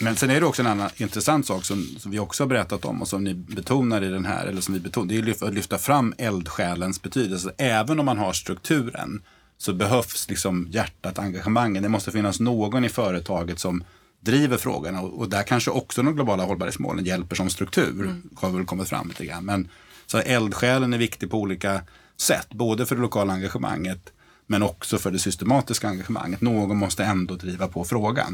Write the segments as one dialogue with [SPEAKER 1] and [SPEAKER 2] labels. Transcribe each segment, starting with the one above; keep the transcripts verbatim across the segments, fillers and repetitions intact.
[SPEAKER 1] Men sen är det också en annan intressant sak som, som vi också har berättat om och som ni betonar i den här, eller som vi betonar, det är att lyfta fram eldsjälens betydelse. Även om man har strukturen så behövs liksom hjärtat, engagemangen. Det måste finnas någon i företaget som driver frågorna och, och där kanske också de globala hållbarhetsmålen hjälper som struktur. Mm. Har väl kommit fram lite grann. Men så eldsjälen är viktig på olika sätt, både för det lokala engagemanget men också för det systematiska engagemanget. Någon måste ändå driva på frågan.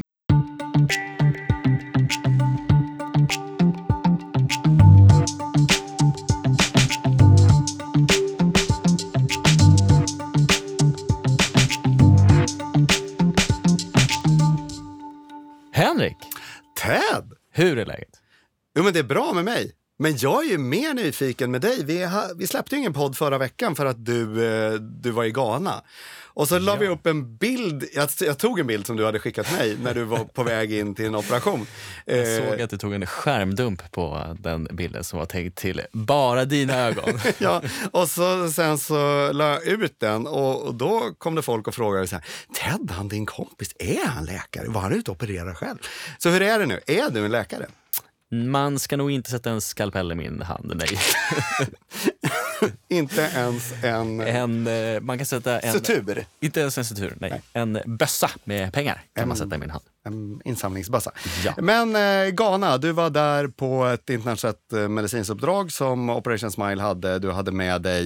[SPEAKER 2] Henrik!
[SPEAKER 3] Ted!
[SPEAKER 2] Hur är läget?
[SPEAKER 3] Jo, men det är bra med mig. Men jag är ju mer nyfiken med dig. Vi, ha, vi släppte ju ingen podd förra veckan för att du, eh, du var i Ghana. Och så la ja. vi upp en bild, jag, jag tog en bild som du hade skickat mig när du var på väg in till en operation.
[SPEAKER 2] Jag såg att du tog en skärmdump på den bilden som var tänkt till bara dina ögon.
[SPEAKER 3] Ja, och så, sen så la jag ut den och, och då kom det folk och frågade så här: Ted, han din kompis, är han läkare? Var han ute och opererar själv? Så hur är det nu? Är du en läkare?
[SPEAKER 2] Man ska nog inte sätta en skalpell i min hand, nej.
[SPEAKER 3] Inte ens en...
[SPEAKER 2] en man kan sätta en...
[SPEAKER 3] Sutur?
[SPEAKER 2] Inte ens en sutur, nej. nej. En bössa med pengar kan en, man sätta i min hand.
[SPEAKER 3] En insamlingsbössa.
[SPEAKER 2] Ja.
[SPEAKER 3] Men eh, Ghana, du var där på ett internationellt eh, medicinsuppdrag som Operation Smile hade. Du hade med dig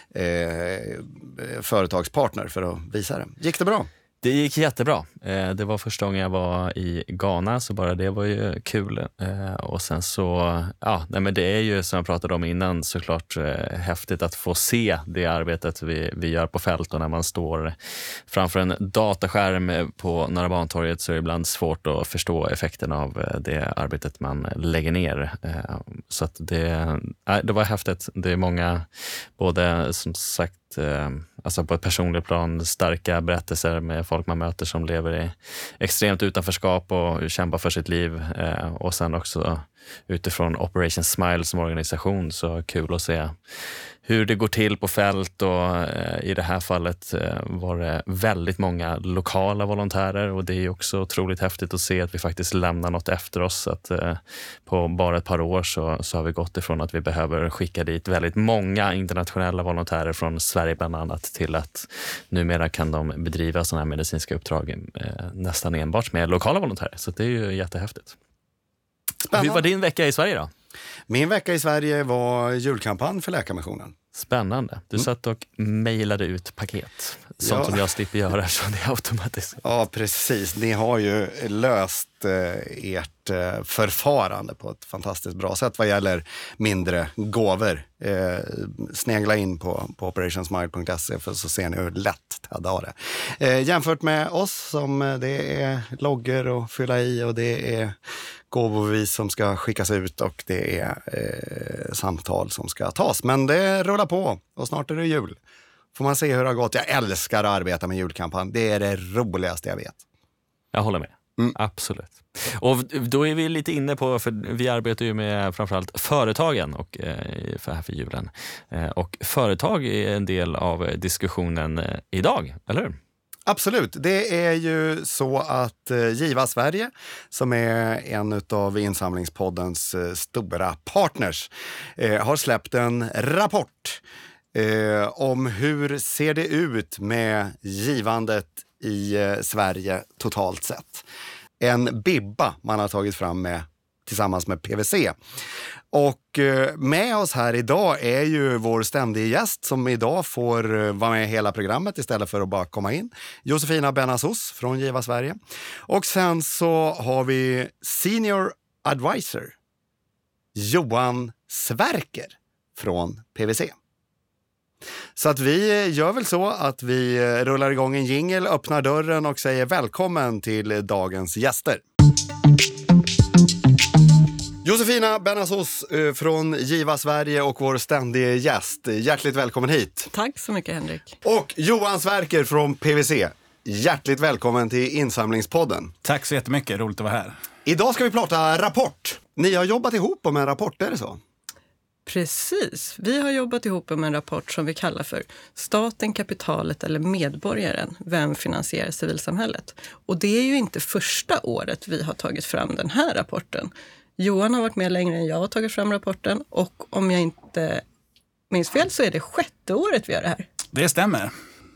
[SPEAKER 3] eh, företagspartner för att visa det. Gick det bra?
[SPEAKER 2] Det gick jättebra. Det var första gången jag var i Ghana, så bara det var ju kul. Och sen så, ja, nej men det är ju som jag pratade om innan såklart häftigt att få se det arbetet vi, vi gör på fält. Och när man står framför en dataskärm på Norra Bantorget så är det ibland svårt att förstå effekten av det arbetet man lägger ner. Så att det, det var häftigt. Det är många, både som sagt, alltså på ett personligt plan, starka berättelser med folk man möter som lever i extremt utanförskap och kämpar för sitt liv, och sen också utifrån Operation Smile som organisation, så kul att se hur det går till på fält. Och i det här fallet var det väldigt många lokala volontärer, och det är också otroligt häftigt att se att vi faktiskt lämnar något efter oss. Att på bara ett par år så, så har vi gått ifrån att vi behöver skicka dit väldigt många internationella volontärer från Sverige bland annat, till att numera kan de bedriva sådana här medicinska uppdrag nästan enbart med lokala volontärer. Så det är ju jättehäftigt.
[SPEAKER 3] Spännande.
[SPEAKER 2] Hur var din vecka i Sverige då?
[SPEAKER 3] Min vecka i Sverige var julkampanj för Läkarmissionen.
[SPEAKER 2] Spännande. Du mm. satt och mejlade ut paket. Sånt ja. som jag slipper göra, så det är automatiskt.
[SPEAKER 3] Ja, precis. Ni har ju löst eh, ert eh, förfarande på ett fantastiskt bra sätt vad gäller mindre gåvor. Eh, snegla in på, på operationsmile punkt se för så ser ni hur lätt Ted har det. Eh, jämfört med oss som det är loggor och fylla i, och det är gåvobevis som ska skickas ut, och det är eh, samtal som ska tas. Men det rullar på och snart är det jul. Får man se hur det har gått. Jag älskar att arbeta med julkampanj. Det är det roligaste jag vet.
[SPEAKER 2] Jag håller med. Mm. Absolut. Och då är vi lite inne på, för vi arbetar ju med framförallt företagen och, eh, för här för julen. Eh, och företag är en del av diskussionen eh, idag, eller hur?
[SPEAKER 3] Absolut. Det är ju så att eh, Giva Sverige, som är en av insamlingspoddens eh, stora partners, eh, har släppt en rapport eh, om hur ser det ut med givandet i eh, Sverige totalt sett. En bibba man har tagit fram med tillsammans med P V C. Och med oss här idag är ju vår ständiga gäst som idag får vara med i hela programmet istället för att bara komma in. Josefina Benasos från Giva Sverige. Och sen så har vi Senior Advisor Johan Sverker från P V C. Så att vi gör väl så att vi rullar igång en jingle, öppnar dörren och säger välkommen till dagens gäster. Josefina Benasos från Giva Sverige och vår ständiga gäst. Hjärtligt välkommen hit.
[SPEAKER 4] Tack så mycket, Henrik.
[SPEAKER 3] Och Johan Sverker från P V C. Hjärtligt välkommen till Insamlingspodden.
[SPEAKER 1] Tack så jättemycket, roligt att vara här.
[SPEAKER 3] Idag ska vi prata rapport. Ni har jobbat ihop om en rapport, är det så?
[SPEAKER 4] Precis. Vi har jobbat ihop med en rapport som vi kallar för Staten, kapitalet eller medborgaren. Vem finansierar civilsamhället? Och det är ju inte första året vi har tagit fram den här rapporten. Johan har varit med längre än jag har tagit fram rapporten. Och om jag inte minns fel så är det sjätte året vi gör det här.
[SPEAKER 1] Det stämmer.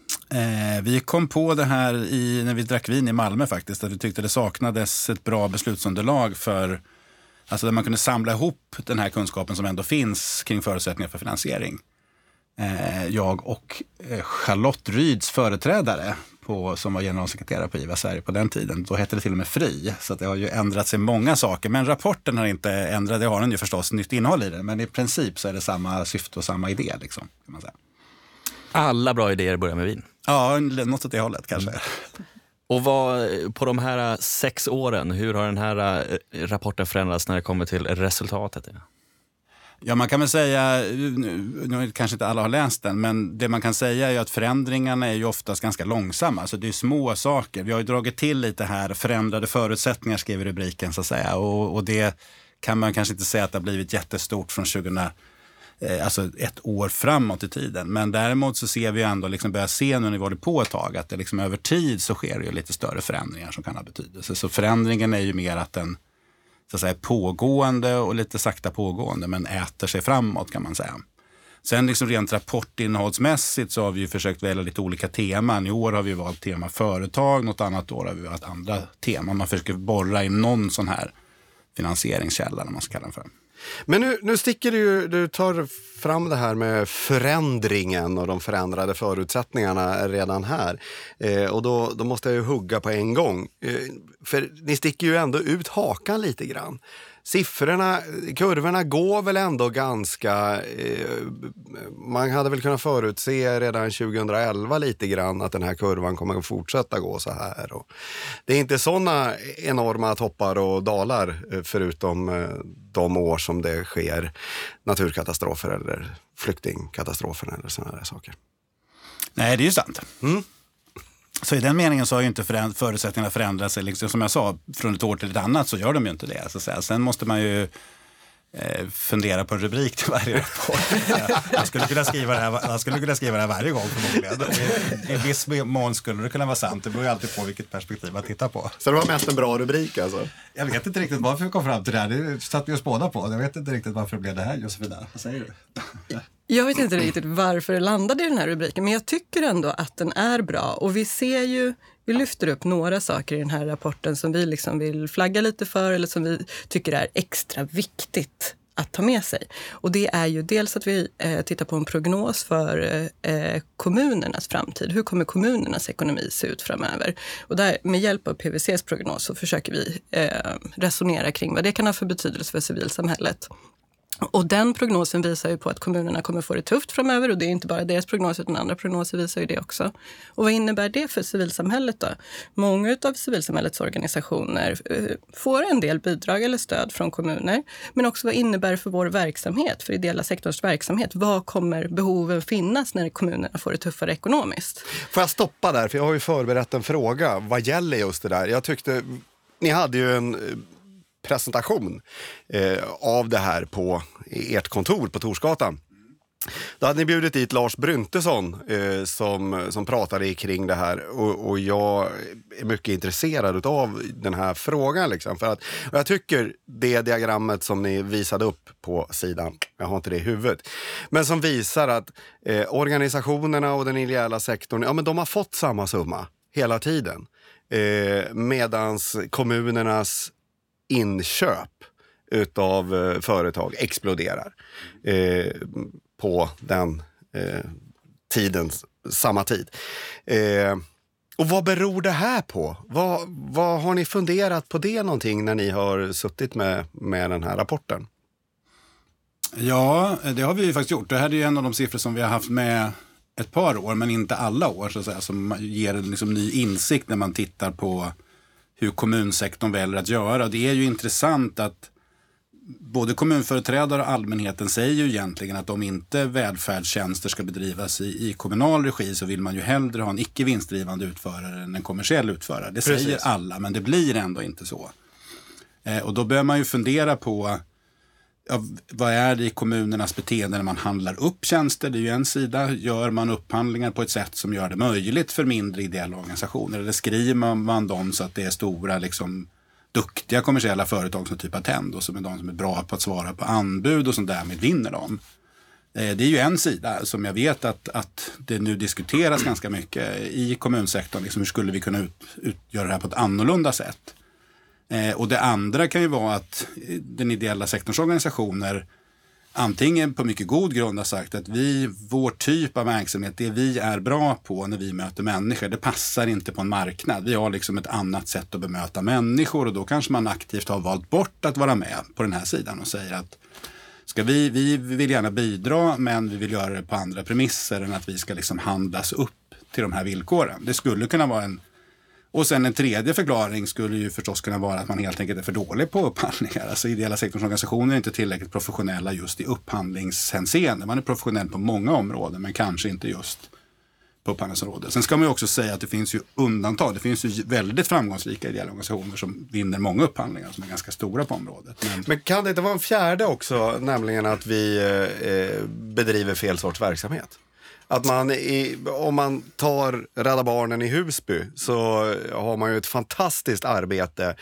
[SPEAKER 1] Eh, vi kom på det här i, när vi drack vin i Malmö faktiskt. Att vi tyckte det saknades ett bra beslutsunderlag för... Alltså där man kunde samla ihop den här kunskapen som ändå finns kring förutsättningar för finansiering. Eh, jag och Charlotte Ryds företrädare på, som var generalsekreterare på I V A Sverige på den tiden, då hette det till och med Fri. Så att det har ju ändrat sig många saker. Men rapporten har inte ändrat, det har den ju förstås nytt innehåll i den. Men i princip så är det samma syfte och samma idé liksom, kan man säga.
[SPEAKER 2] Alla bra idéer börjar med vin.
[SPEAKER 1] Ja, något åt det hållet kanske. Mm.
[SPEAKER 2] Och vad, på de här sex åren, hur har den här rapporten förändrats när det kommer till resultatet?
[SPEAKER 1] Ja, man kan väl säga, nu kanske inte alla har läst den, men det man kan säga är ju att förändringarna är ju oftast ganska långsamma. Alltså det är små saker. Vi har ju dragit till lite här, förändrade förutsättningar skriver rubriken så att säga. Och, och det kan man kanske inte säga att det har blivit jättestort från tjugo, eh, alltså ett år framåt i tiden. Men däremot så ser vi ändå, liksom börja se nu när vi håller på ett tag, att det liksom över tid så sker det ju lite större förändringar som kan ha betydelse. Så förändringen är ju mer att den så att säga pågående och lite sakta pågående, men äter sig framåt kan man säga. Sen liksom rent rapportinnehållsmässigt så har vi ju försökt välja lite olika teman. I år har vi valt tema företag, något annat år har vi valt andra teman. Man försöker borra i någon sån här finansieringskälla, när man ska kalla den för.
[SPEAKER 3] Men nu, nu sticker du ju, du tar fram det här med förändringen och de förändrade förutsättningarna redan här. Eh, och då, då måste jag ju hugga på en gång. Eh, för ni sticker ju ändå ut hakan lite grann. Siffrorna, kurvorna går väl ändå ganska... Eh, man hade väl kunnat förutse redan tjugoelva lite grann att den här kurvan kommer att fortsätta gå så här. Och det är inte sådana enorma toppar och dalar förutom eh, de år som det sker naturkatastrofer eller flyktingkatastrofer eller sådana där saker.
[SPEAKER 1] Nej, det är ju sant.
[SPEAKER 3] Mm.
[SPEAKER 1] Så i den meningen så har ju inte föränd- förutsättningarna förändrat sig. Liksom, som jag sa, från ett år till ett annat så gör de ju inte det. Så att säga. Sen måste man ju eh, fundera på en rubrik till varje rapport. Jag skulle kunna skriva det här, jag skulle kunna skriva det här varje gång förmodligen. I, i viss mån skulle det kunna vara sant. Det beror ju alltid på vilket perspektiv man tittar på.
[SPEAKER 3] Så det var mest en bra rubrik alltså?
[SPEAKER 1] Jag vet inte riktigt varför vi kom fram till det här. Det satt vi och spåna på. Jag vet inte riktigt varför det blev det här, Josefina. Vad säger du?
[SPEAKER 4] Jag vet inte riktigt varför det landade i den här rubriken, men jag tycker ändå att den är bra. Och vi ser ju, vi lyfter upp några saker i den här rapporten som vi liksom vill flagga lite för eller som vi tycker är extra viktigt att ta med sig. Och det är ju dels att vi eh, tittar på en prognos för eh, kommunernas framtid. Hur kommer kommunernas ekonomi se ut framöver? Och där, med hjälp av P W C:s prognos så försöker vi eh, resonera kring vad det kan ha för betydelse för civilsamhället. Och den prognosen visar ju på att kommunerna kommer få det tufft framöver, och det är inte bara deras prognos utan andra prognoser visar ju det också. Och vad innebär det för civilsamhället då? Många av civilsamhällets organisationer får en del bidrag eller stöd från kommuner, men också vad innebär det för vår verksamhet, för ideella sektorns verksamhet? Vad kommer behoven finnas när kommunerna får det tuffare ekonomiskt?
[SPEAKER 3] Får jag stoppa där, för jag har ju förberett en fråga vad gäller just det där. Jag tyckte, ni hade ju en presentation eh, av det här på ert kontor på Torsgatan. Då hade ni bjudit dit Lars Bryntesson eh, som, som pratade kring det här, och, och jag är mycket intresserad av den här frågan liksom, för att, och jag tycker det diagrammet som ni visade upp på sidan, jag har inte det i huvudet, men som visar att eh, organisationerna och den ideella sektorn, ja men de har fått samma summa hela tiden, eh, medans kommunernas inköp utav eh, företag exploderar eh, på den eh, tiden, samma tid. Eh, och vad beror det här på? Vad, vad har ni funderat på det någonting när ni har suttit med, med den här rapporten?
[SPEAKER 1] Ja, det har vi ju faktiskt gjort. Det här är ju en av de siffror som vi har haft med ett par år, men inte alla år så att säga, som ger en liksom ny insikt när man tittar på hur kommunsektorn väljer att göra. Det är ju intressant att både kommunföreträdare och allmänheten säger ju egentligen att om inte välfärdstjänster ska bedrivas i, i kommunal regi så vill man ju hellre ha en icke vinstdrivande utförare än en kommersiell utförare. Det Precis. Säger alla, men det blir ändå inte så. Eh, och då bör man ju fundera på Ja, vad är det i kommunernas beteende när man handlar upp tjänster? Det är ju en sida. Gör man upphandlingar på ett sätt som gör det möjligt för mindre ideella organisationer? Eller skriver man dem så att det är stora, liksom, duktiga kommersiella företag som typ Attendo, som är de som är bra på att svara på anbud och som därmed vinner dem? Det är ju en sida som jag vet att, att det nu diskuteras ganska mycket i kommunsektorn. Liksom, hur skulle vi kunna ut, ut, göra det här på ett annorlunda sätt? Eh, och det andra kan ju vara att den ideella sektorns organisationer antingen på mycket god grund har sagt att vi, vår typ av verksamhet, det vi är bra på när vi möter människor, det passar inte på en marknad. Vi har liksom ett annat sätt att bemöta människor, och då kanske man aktivt har valt bort att vara med på den här sidan och säger att ska vi, vi vill gärna bidra, men vi vill göra det på andra premisser än att vi ska liksom handlas upp till de här villkoren. Det skulle kunna vara en... Och sen en tredje förklaring skulle ju förstås kunna vara att man helt enkelt är för dålig på upphandlingar. Alltså ideella sektorns organisationer är inte tillräckligt professionella just i upphandlingshänseende. Man är professionell på många områden, men kanske inte just på upphandlingsområdet. Sen ska man ju också säga att det finns ju undantag. Det finns ju väldigt framgångsrika ideella organisationer som vinner många upphandlingar som är ganska stora på området. Men,
[SPEAKER 3] Men kan det inte vara en fjärde också, nämligen att vi eh, bedriver fel sorts verksamhet? Att man, i, om man tar Rädda Barnen i Husby, så har man ju ett fantastiskt arbete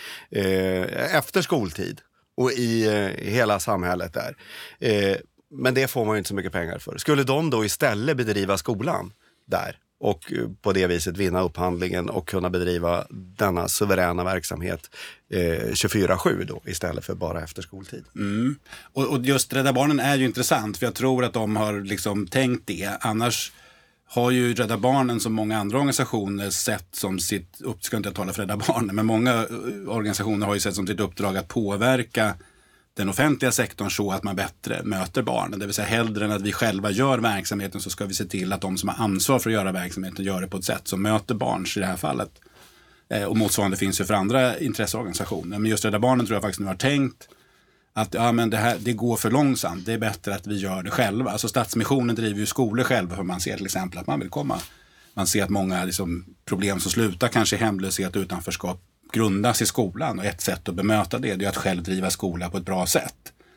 [SPEAKER 3] eh, efter skoltid och i eh, hela samhället där. Eh, men det får man ju inte så mycket pengar för. Skulle de då istället bedriva skolan där och på det viset vinna upphandlingen och kunna bedriva denna suveräna verksamhet eh, tjugofyra sju då istället för bara efter skoltid.
[SPEAKER 1] Mm. Och, och just Rädda Barnen är ju intressant, för jag tror att de har liksom tänkt det. Annars har ju Rädda Barnen som många andra organisationer sett som sitt, upp, ska inte tala för Rädda Barnen, men många organisationer har ju sett som sitt uppdrag att påverka den offentliga sektorn så att man bättre möter barnen. Det vill säga, hellre än att vi själva gör verksamheten så ska vi se till att de som har ansvar för att göra verksamheten gör det på ett sätt som möter barns i det här fallet. Eh, och motsvarande finns ju för andra intresseorganisationer. Men just Rädda Barnen tror jag faktiskt nu har tänkt att ja, men det, här, det går för långsamt. Det är bättre att vi gör det själva. Alltså Stadsmissionen driver ju skolor själva, för man ser till exempel att man vill komma. Man ser att många liksom, problem som slutar kanske i hemlöshet och utanförskap grundas i skolan, och ett sätt att bemöta det, det är att själv driva skola på ett bra sätt.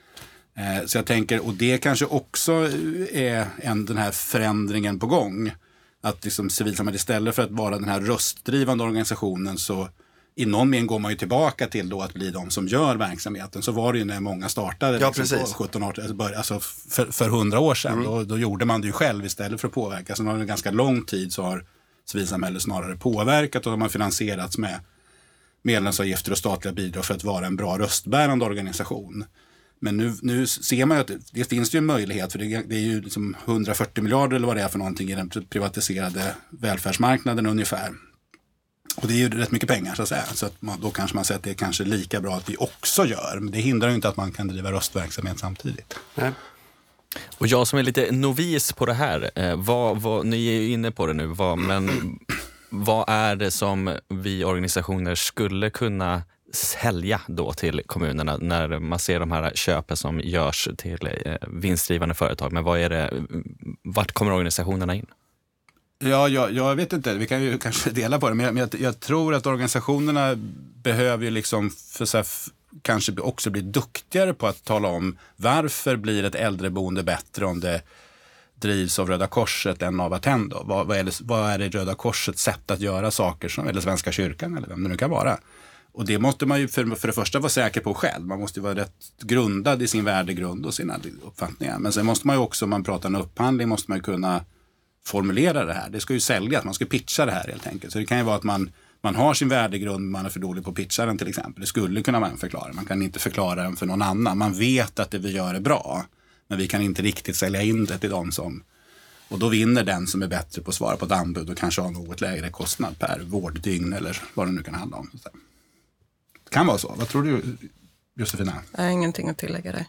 [SPEAKER 1] Eh, så jag tänker, och det kanske också är en, den här förändringen på gång, att liksom civilsamhället istället för att vara den här röstdrivande organisationen, så i någon mening går man ju tillbaka till då att bli de som gör verksamheten. Så var det ju när många startade
[SPEAKER 3] ja,
[SPEAKER 1] liksom på sjutton arton, alltså för, för hundra år sedan. Mm. Då, då gjorde man det ju själv istället för att påverka. Så under en ganska lång tid så har civilsamhället snarare påverkat, och de har finansierats med medlemsavgifter och statliga bidrag för att vara en bra röstbärande organisation. Men nu, nu ser man ju att det, det finns ju en möjlighet, för det, det är ju liksom hundrafyrtio miljarder eller vad det är för någonting i den privatiserade välfärdsmarknaden ungefär. Och det är ju rätt mycket pengar så att säga. Så att man, då kanske man säger att det är kanske lika bra att vi också gör. Men det hindrar ju inte att man kan driva röstverksamhet samtidigt.
[SPEAKER 3] Nej.
[SPEAKER 2] Och jag som är lite novis på det här, eh, vad, vad, ni är ju inne på det nu, vad, men vad är det som vi organisationer skulle kunna sälja då till kommunerna när man ser de här köpen som görs till eh, vinstdrivande företag? Men vad är det, vart kommer organisationerna in?
[SPEAKER 1] Ja, jag, jag vet inte. Vi kan ju kanske dela på det. Men jag, jag, jag tror att organisationerna behöver ju liksom för så här, kanske också bli duktigare på att tala om varför blir ett äldreboende bättre om det drivs av Röda Korset än av Attendo. Vad, vad, är det, vad är det Röda Korsets sätt att göra saker som, eller Svenska kyrkan eller vem det nu kan vara. Och det måste man ju för, för det första vara säker på själv. Man måste ju vara rätt grundad i sin värdegrund och sina uppfattningar. Men sen måste man ju också, om man pratar om upphandling, måste man ju kunna formulera det här. Det ska ju säljas, man ska pitcha det här helt enkelt. Så det kan ju vara att man, man har sin värdegrund, man är för dålig på att pitcha den till exempel. Det skulle kunna vara en förklaring. Man kan inte förklara den för någon annan. Man vet att det vi gör är bra, men vi kan inte riktigt sälja in det till dem som... Och då vinner den som är bättre på att svara på ett anbud och kanske har något lägre kostnad per vårddygn eller vad det nu kan handla om. Det kan vara så. Vad tror du, Josefina?
[SPEAKER 4] Jag har ingenting att tillägga där.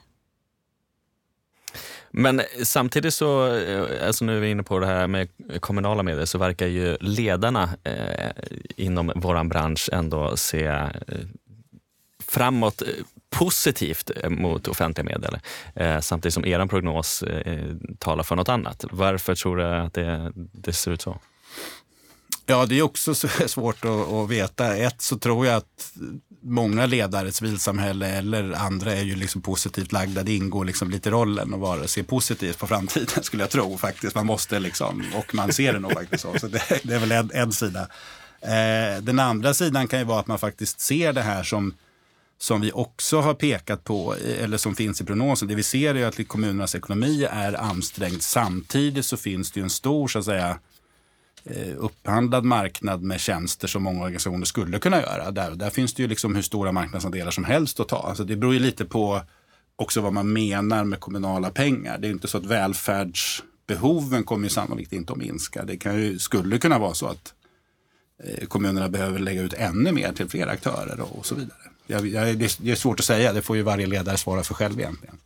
[SPEAKER 2] Men samtidigt så, alltså nu är vi inne på det här med kommunala medier, så verkar ju ledarna eh, inom våran bransch ändå se eh, framåt eh, positivt mot offentliga medel. Eh, samtidigt som eran prognos eh, talar för något annat. Varför tror du att det, det ser ut så?
[SPEAKER 1] Ja, det är också svårt att, att veta. Ett så tror jag att många ledare, civilsamhälle eller andra är ju liksom positivt lagda. Det ingår liksom lite i rollen att vara, se positivt på framtiden skulle jag tro faktiskt. Man måste liksom, och man ser det nog faktiskt så. Så det, det är väl en, en sida. Eh, den andra sidan kan ju vara att man faktiskt ser det här som som vi också har pekat på, eller som finns i prognosen. Det vi ser är att kommunernas ekonomi är ansträngd. Samtidigt så finns det ju en stor, så att säga, upphandlad marknad med tjänster som många organisationer skulle kunna göra. Där, där finns det ju liksom hur stora marknadsandelar som helst att ta. Alltså det beror ju lite på också vad man menar med kommunala pengar. Det är ju inte så att välfärdsbehoven kommer ju sannolikt inte att minska. Det kan ju, skulle kunna vara så att kommunerna behöver lägga ut ännu mer till fler aktörer och så vidare. Jag, jag, det är svårt att säga, det får ju varje ledare svara för själv egentligen.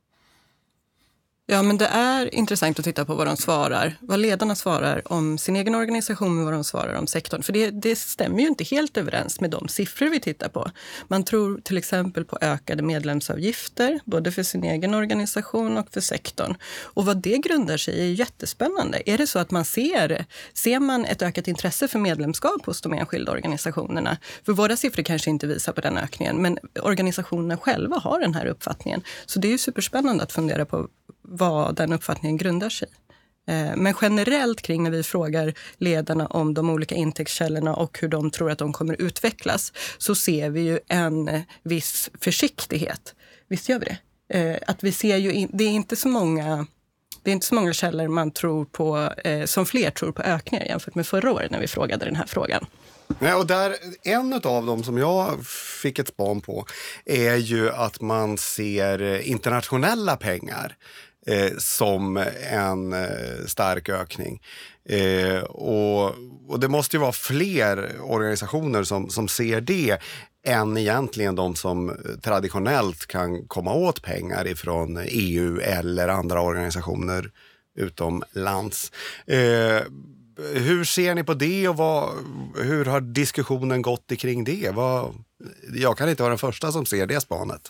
[SPEAKER 4] Ja, men det är intressant att titta på vad de svarar, vad ledarna svarar om sin egen organisation och vad de svarar om sektorn. För det, det stämmer ju inte helt överens med de siffror vi tittar på. Man tror till exempel på ökade medlemsavgifter, både för sin egen organisation och för sektorn. Och vad det grundar sig i är jättespännande. Är det så att man ser, ser man ett ökat intresse för medlemskap hos de enskilda organisationerna? För våra siffror kanske inte visar på den ökningen, men organisationerna själva har den här uppfattningen. Så det är ju superspännande att fundera på vad den uppfattningen grundar sig. Men generellt kring när vi frågar ledarna om de olika intäktskällorna och hur de tror att de kommer utvecklas, så ser vi ju en viss försiktighet. Visst gör vi det? Att vi ser ju, in, det är inte så många, det är inte så många källor man tror på, som fler tror på ökningar jämfört med förra året när vi frågade den här frågan.
[SPEAKER 3] Nej, och där, en av dem som jag fick ett span på är ju att man ser internationella pengar eh, som en eh, stark ökning. Eh, och, och det måste ju vara fler organisationer som, som ser det än egentligen de som traditionellt kan komma åt pengar ifrån E U eller andra organisationer utomlands. Eh, Hur ser ni på det och vad, hur har diskussionen gått kring det? Vad, jag kan inte vara den första som ser det spanet.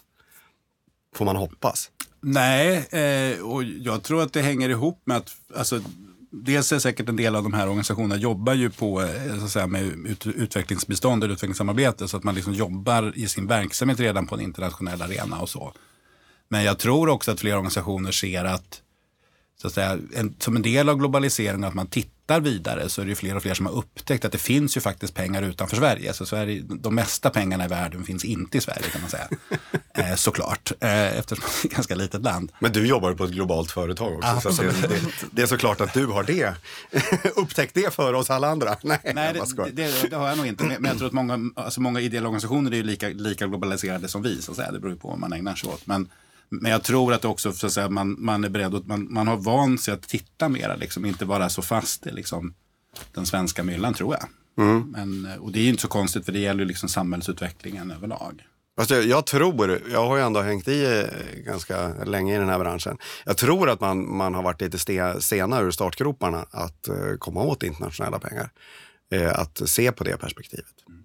[SPEAKER 3] Får man hoppas.
[SPEAKER 1] Nej, eh, och jag tror att det hänger ihop med att, alltså, dels är säkert en del av de här organisationerna jobbar ju på, så att säga, med ut, utvecklingsbistånd och utvecklingssamarbete, så att man liksom jobbar i sin verksamhet redan på en internationell arena och så. Men jag tror också att flera organisationer ser att, så att säga, en, som en del av globaliseringen, att man tittar vidare, så är det ju fler och fler som har upptäckt att det finns ju faktiskt pengar utanför Sverige. Så Sverige, de mesta pengarna i världen finns inte i Sverige, kan man säga. eh, såklart, eh, eftersom det är ett ganska litet land.
[SPEAKER 3] Men du jobbar på ett globalt företag också, ah, så det, det, det är såklart att du har det. Upptäckt det för oss alla andra. Nej,
[SPEAKER 1] Nej det, det, det har jag nog inte. Men jag tror att många, alltså många ideella organisationer är ju lika, lika globaliserade som vi, så att säga. Det beror ju på vad man ägnar sig åt. Men Men jag tror att också, så att säga, man, man är beredd att man, man har vant sig att titta mera, liksom, inte vara så fast i liksom, den svenska myllan, tror jag. Mm. Men, och det är ju inte så konstigt, för det gäller ju liksom samhällsutvecklingen överlag.
[SPEAKER 3] Fast jag, jag tror, jag har ju ändå hängt i ganska länge i den här branschen. Jag tror att man, man har varit lite ste, sena ur startgroparna att uh, komma åt internationella pengar. Uh, att se på det perspektivet. Mm.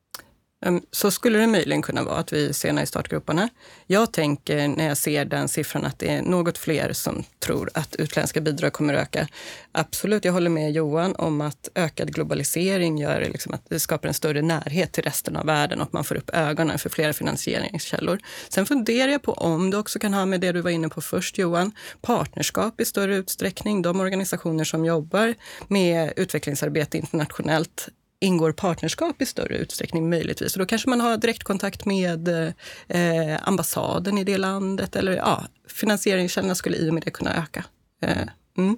[SPEAKER 4] Så skulle det möjligen kunna vara att vi är sena i startgrupperna. Jag tänker när jag ser den siffran att det är något fler som tror att utländska bidrag kommer att öka. Absolut, jag håller med Johan om att ökad globalisering gör liksom att det skapar en större närhet till resten av världen och att man får upp ögonen för flera finansieringskällor. Sen funderar jag på om det också kan ha med det du var inne på först, Johan, partnerskap i större utsträckning. De organisationer som jobbar med utvecklingsarbete internationellt ingår partnerskap i större utsträckning möjligtvis. Och då kanske man har direktkontakt med eh, ambassaden i det landet. Eller ja, finansieringskällorna skulle i och med det kunna öka. Eh, mm.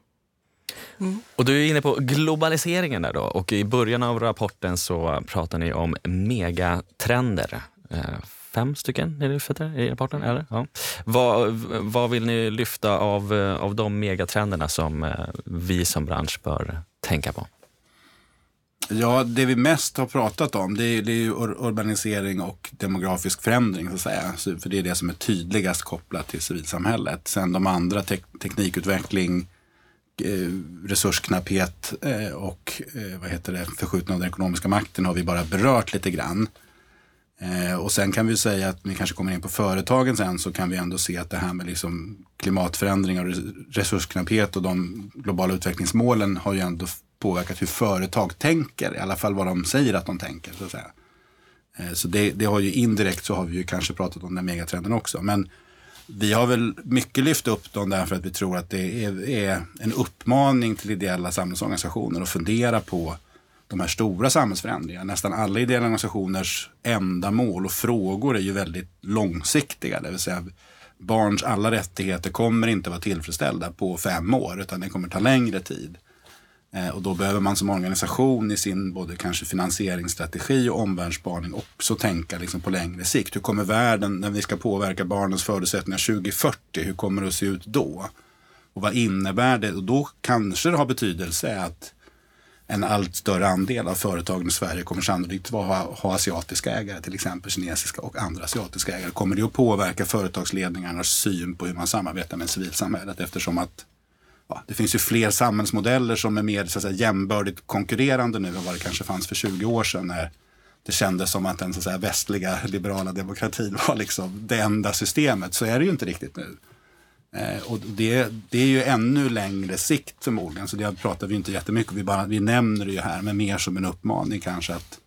[SPEAKER 2] Mm. Och du är inne på globaliseringen där då. Och i början av rapporten så pratar ni om megatrender. Eh, fem stycken är det för det i rapporten, eller? Ja. Vad, vad vill ni lyfta av, av de megatrenderna som eh, vi som bransch bör tänka på?
[SPEAKER 1] Ja, det vi mest har pratat om, det är, det är ju urbanisering och demografisk förändring, så att säga. Så, för det är det som är tydligast kopplat till civilsamhället. Sen de andra, te- teknikutveckling, eh, resursknapphet eh, och eh, vad heter det, förskjutning av den ekonomiska makten har vi bara berört lite grann. Eh, och sen kan vi säga att vi kanske kommer in på företagen sen, så kan vi ändå se att det här med liksom klimatförändringar och resursknapphet och de globala utvecklingsmålen har ju ändå påverkat hur företag tänker, i alla fall vad de säger att de tänker, så att säga. Eh, så det, det har ju indirekt, så har vi ju kanske pratat om den megatrenden också, men vi har väl mycket lyft upp dem därför att vi tror att det är, är en uppmaning till ideella samhällsorganisationer att fundera på de här stora samhällsförändringarna. Nästan alla ideella organisationers enda mål och frågor är ju väldigt långsiktiga. Det vill säga barns alla rättigheter kommer inte vara tillfredsställda på fem år, utan det kommer ta längre tid. Eh, och då behöver man som organisation i sin både kanske finansieringsstrategi och omvärldsspaning också tänka liksom på längre sikt. Hur kommer världen, när vi ska påverka barnens förutsättningar tjugo fyrtio, hur kommer det att se ut då? Och vad innebär det? Och då kanske det har betydelse att en allt större andel av företagen i Sverige kommer sannolikt ha, ha asiatiska ägare, till exempel kinesiska och andra asiatiska ägare. Kommer det att påverka företagsledningarnas syn på hur man samarbetar med civilsamhället, eftersom att ja, det finns ju fler samhällsmodeller som är mer så att säga, jämbördigt konkurrerande nu än vad det kanske fanns för tjugo år sedan, när det kändes som att den så att säga, västliga liberala demokratin var liksom det enda systemet. Så är det ju inte riktigt nu. Eh, och det, det är ju ännu längre sikt förmodligen, så det pratar vi inte jättemycket. Vi, bara, vi nämner det ju här, men mer som en uppmaning kanske att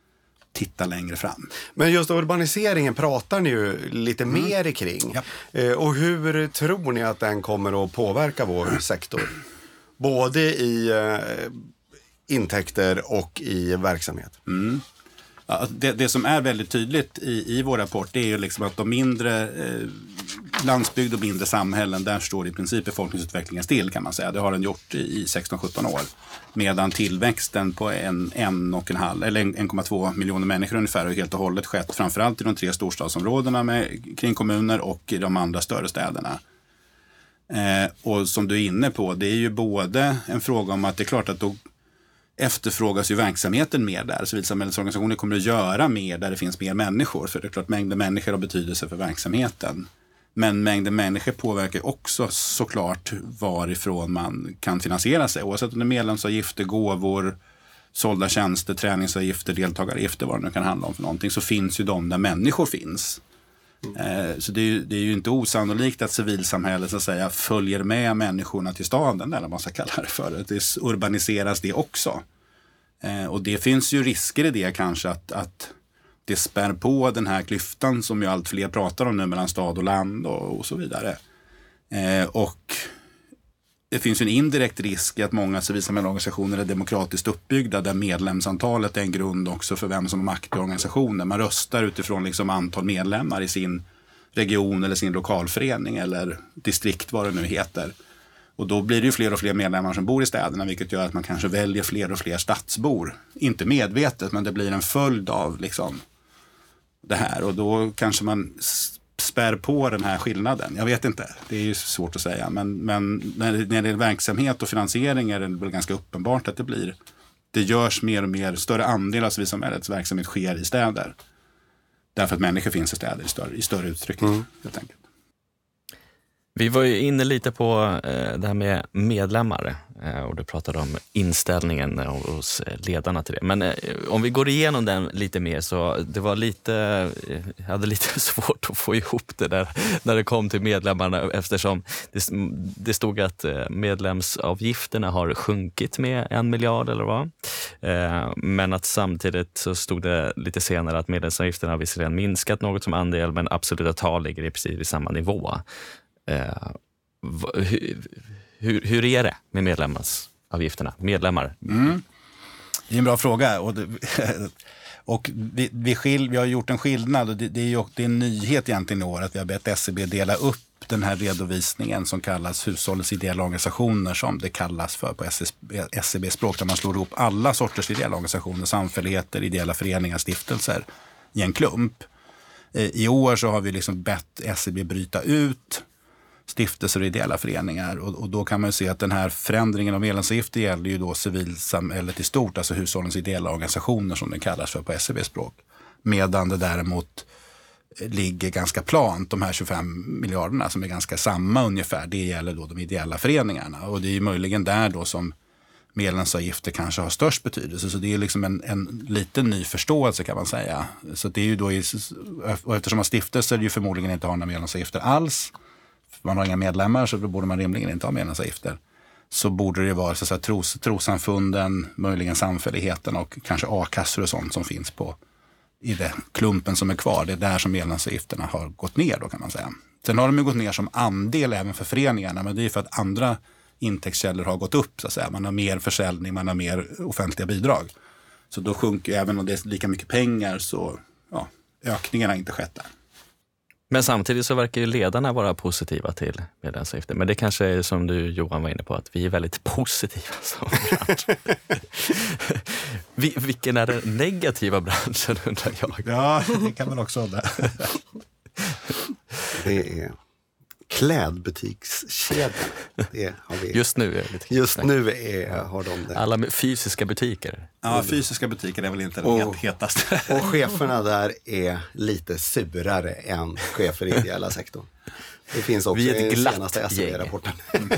[SPEAKER 1] titta längre fram.
[SPEAKER 3] Men just urbaniseringen pratar ni ju lite mm. mer kring.
[SPEAKER 1] Ja.
[SPEAKER 3] Eh, och hur tror ni att den kommer att påverka vår sektor? Både i eh, intäkter och i verksamhet.
[SPEAKER 1] Mm. Ja, det, det som är väldigt tydligt i, i vår rapport, det är ju liksom att de mindre eh, landsbygd och mindre samhällen, där står i princip befolkningsutvecklingen still, kan man säga. Det har den gjort i, i sexton sjutton år. Medan tillväxten på en, en och en halv, eller en komma två miljoner människor ungefär har helt och hållet skett, framförallt i de tre storstadsområdena med, kring kommuner och i de andra större städerna. Eh, och som du är inne på, det är ju både en fråga om att det är klart att då efterfrågas ju verksamheten mer där. Civilsamhällesorganisationer kommer att göra mer där det finns mer människor. För det är klart, mängden människor har betydelse för verksamheten. Men mängden människor påverkar också såklart varifrån man kan finansiera sig. Oavsett om det är medlemsavgifter, gåvor, sålda tjänster, träningsavgifter, deltagaravgifter, vad det nu kan handla om för någonting, så finns ju de där människor finns. Mm. Så det är, ju, det är ju inte osannolikt att civilsamhället så att säga följer med människorna till staden, eller vad man ska kalla det för. Det urbaniseras det också. Och det finns ju risker i det kanske att, att det spär på den här klyftan som ju allt fler pratar om nu mellan stad och land och, och så vidare. Och det finns ju en indirekt risk i att många civilsamhällesorganisationer är demokratiskt uppbyggda, där medlemsantalet är en grund också för vem som har makt i organisationen. Man röstar utifrån liksom antal medlemmar i sin region eller sin lokalförening eller distrikt, vad det nu heter. Och då blir det ju fler och fler medlemmar som bor i städerna, vilket gör att man kanske väljer fler och fler stadsbor. Inte medvetet, men det blir en följd av liksom det här. Och då kanske man spär på den här skillnaden. Jag vet inte, det är ju svårt att säga. Men, men när det gäller verksamhet och finansiering är det väl ganska uppenbart att det blir. Det görs mer och mer, större andel av civilsamhällets verksamhet sker i städer. Därför att människor finns i städer i större, i större utsträckning, mm. helt enkelt.
[SPEAKER 2] Vi var ju inne lite på eh, det här med medlemmar eh, och du pratade om inställningen hos ledarna till det. Men eh, om vi går igenom den lite mer, så det var lite, eh, jag hade lite svårt att få ihop det där när det kom till medlemmarna, eftersom det, det stod att eh, medlemsavgifterna har sjunkit med en miljard eller vad. Eh, men att samtidigt så stod det lite senare att medlemsavgifterna har visserligen minskat något som andel, men absoluta tal ligger i precis i samma nivå. Uh, hur, hur, hur är det med medlemsavgifterna? Medlemmar?
[SPEAKER 1] Mm. Det är en bra fråga. Och, det, och vi, vi, skil, vi har gjort en skillnad, och det, det är ju det är en nyhet egentligen i år att vi har bett S C B dela upp den här redovisningen som kallas hushållets ideella organisationer, som det kallas för på S C B-språk, där man slår ihop alla sorters ideella organisationer, samfälligheter, ideella föreningar, stiftelser i en klump. I år så har vi liksom bett S C B bryta ut stiftelser och ideella föreningar, och, och då kan man ju se att den här förändringen av medlemsavgifter gäller ju då civilsamhället i stort, alltså hushållens ideella organisationer som det kallas för på S C B-språk. Medan det däremot ligger ganska plant, de här tjugofem miljarderna som är ganska samma ungefär, det gäller då de ideella föreningarna, och det är ju möjligen där då som medlemsavgifter kanske har störst betydelse. Så det är liksom en, en liten ny förståelse kan man säga. Så det är ju då, och eftersom man stiftelser ju förmodligen inte har några medlemsavgifter alls, man har inga medlemmar, så då borde man rimligen inte ha medlemsavgifter. Så borde det vara så att säga, tros, trossamfunden, möjligen samfälligheten och kanske a-kassor och sånt som finns på i det klumpen som är kvar. Det är där som medlemsavgifterna har gått ner då kan man säga. Sen har de ju gått ner som andel även för föreningarna, men det är för att andra intäktskällor har gått upp så att säga. Man har mer försäljning, man har mer offentliga bidrag. Så då sjunker, även om det är lika mycket pengar, så ja, ökningen har inte skett där.
[SPEAKER 2] Men samtidigt så verkar ju ledarna vara positiva till medlemsavgifter. Men det kanske är som du, Johan, var inne på, att vi är väldigt positiva som bransch. Vilken är den negativa branschen, undrar jag?
[SPEAKER 1] Ja, det kan man också hålla.
[SPEAKER 3] Det är klädbutikskedjan. Det har vi.
[SPEAKER 2] Just nu är det lite
[SPEAKER 3] Just nu är, har de det.
[SPEAKER 2] Alla fysiska butiker.
[SPEAKER 1] Ja, fysiska butiker är väl inte den helt hetaste.
[SPEAKER 3] Och cheferna där är lite surare än chefer i ideella sektorn. Det finns också i den senaste S V R-rapporten.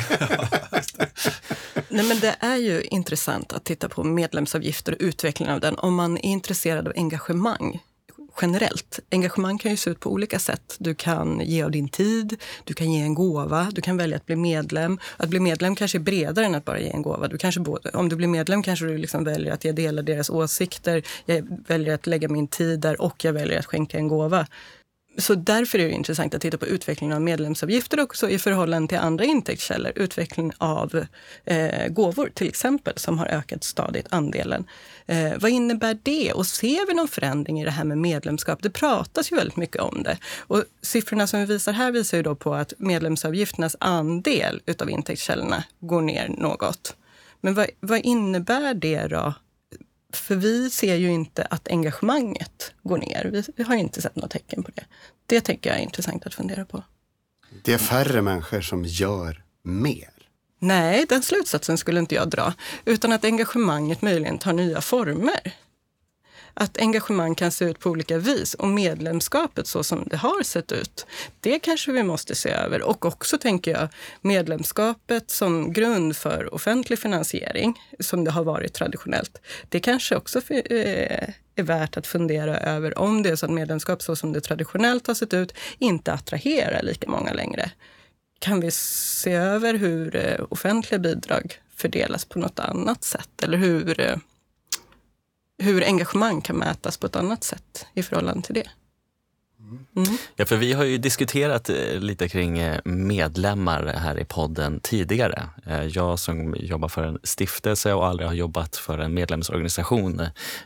[SPEAKER 4] Nej, men det är ju intressant att titta på medlemsavgifter och utvecklingen av den om man är intresserad av engagemang. Generellt. Engagemang kan ju se ut på olika sätt. Du kan ge av din tid, du kan ge en gåva, du kan välja att bli medlem. Att bli medlem kanske är bredare än att bara ge en gåva. Du kanske både, om du blir medlem kanske du liksom väljer att jag delar deras åsikter, jag väljer att lägga min tid där och jag väljer att skänka en gåva. Så därför är det intressant att titta på utvecklingen av medlemsavgifter också i förhållande till andra intäktskällor. Utveckling av eh, gåvor till exempel som har ökat stadigt andelen. Eh, vad innebär det? Och ser vi någon förändring i det här med medlemskap? Det pratas ju väldigt mycket om det. Och siffrorna som vi visar här visar ju då på att medlemsavgifternas andel utav intäktskällorna går ner något. Men vad, vad innebär det då? För vi ser ju inte att engagemanget går ner. Vi, vi har inte sett något tecken på det. Det tycker jag är intressant att fundera på.
[SPEAKER 3] Det är färre människor som gör mer.
[SPEAKER 4] Nej, den slutsatsen skulle inte jag dra. Utan att engagemanget möjligen tar nya former. Att engagemang kan se ut på olika vis och medlemskapet så som det har sett ut, det kanske vi måste se över. Och också tänker jag medlemskapet som grund för offentlig finansiering som det har varit traditionellt. Det kanske också är värt att fundera över om det är så att medlemskap så som det traditionellt har sett ut inte attraherar lika många längre. Kan vi se över hur offentliga bidrag fördelas på något annat sätt eller hur... hur engagemang kan mätas på ett annat sätt i förhållande till det. Mm.
[SPEAKER 2] Ja, för vi har ju diskuterat lite kring medlemmar här i podden tidigare. Jag som jobbar för en stiftelse och aldrig har jobbat för en medlemsorganisation.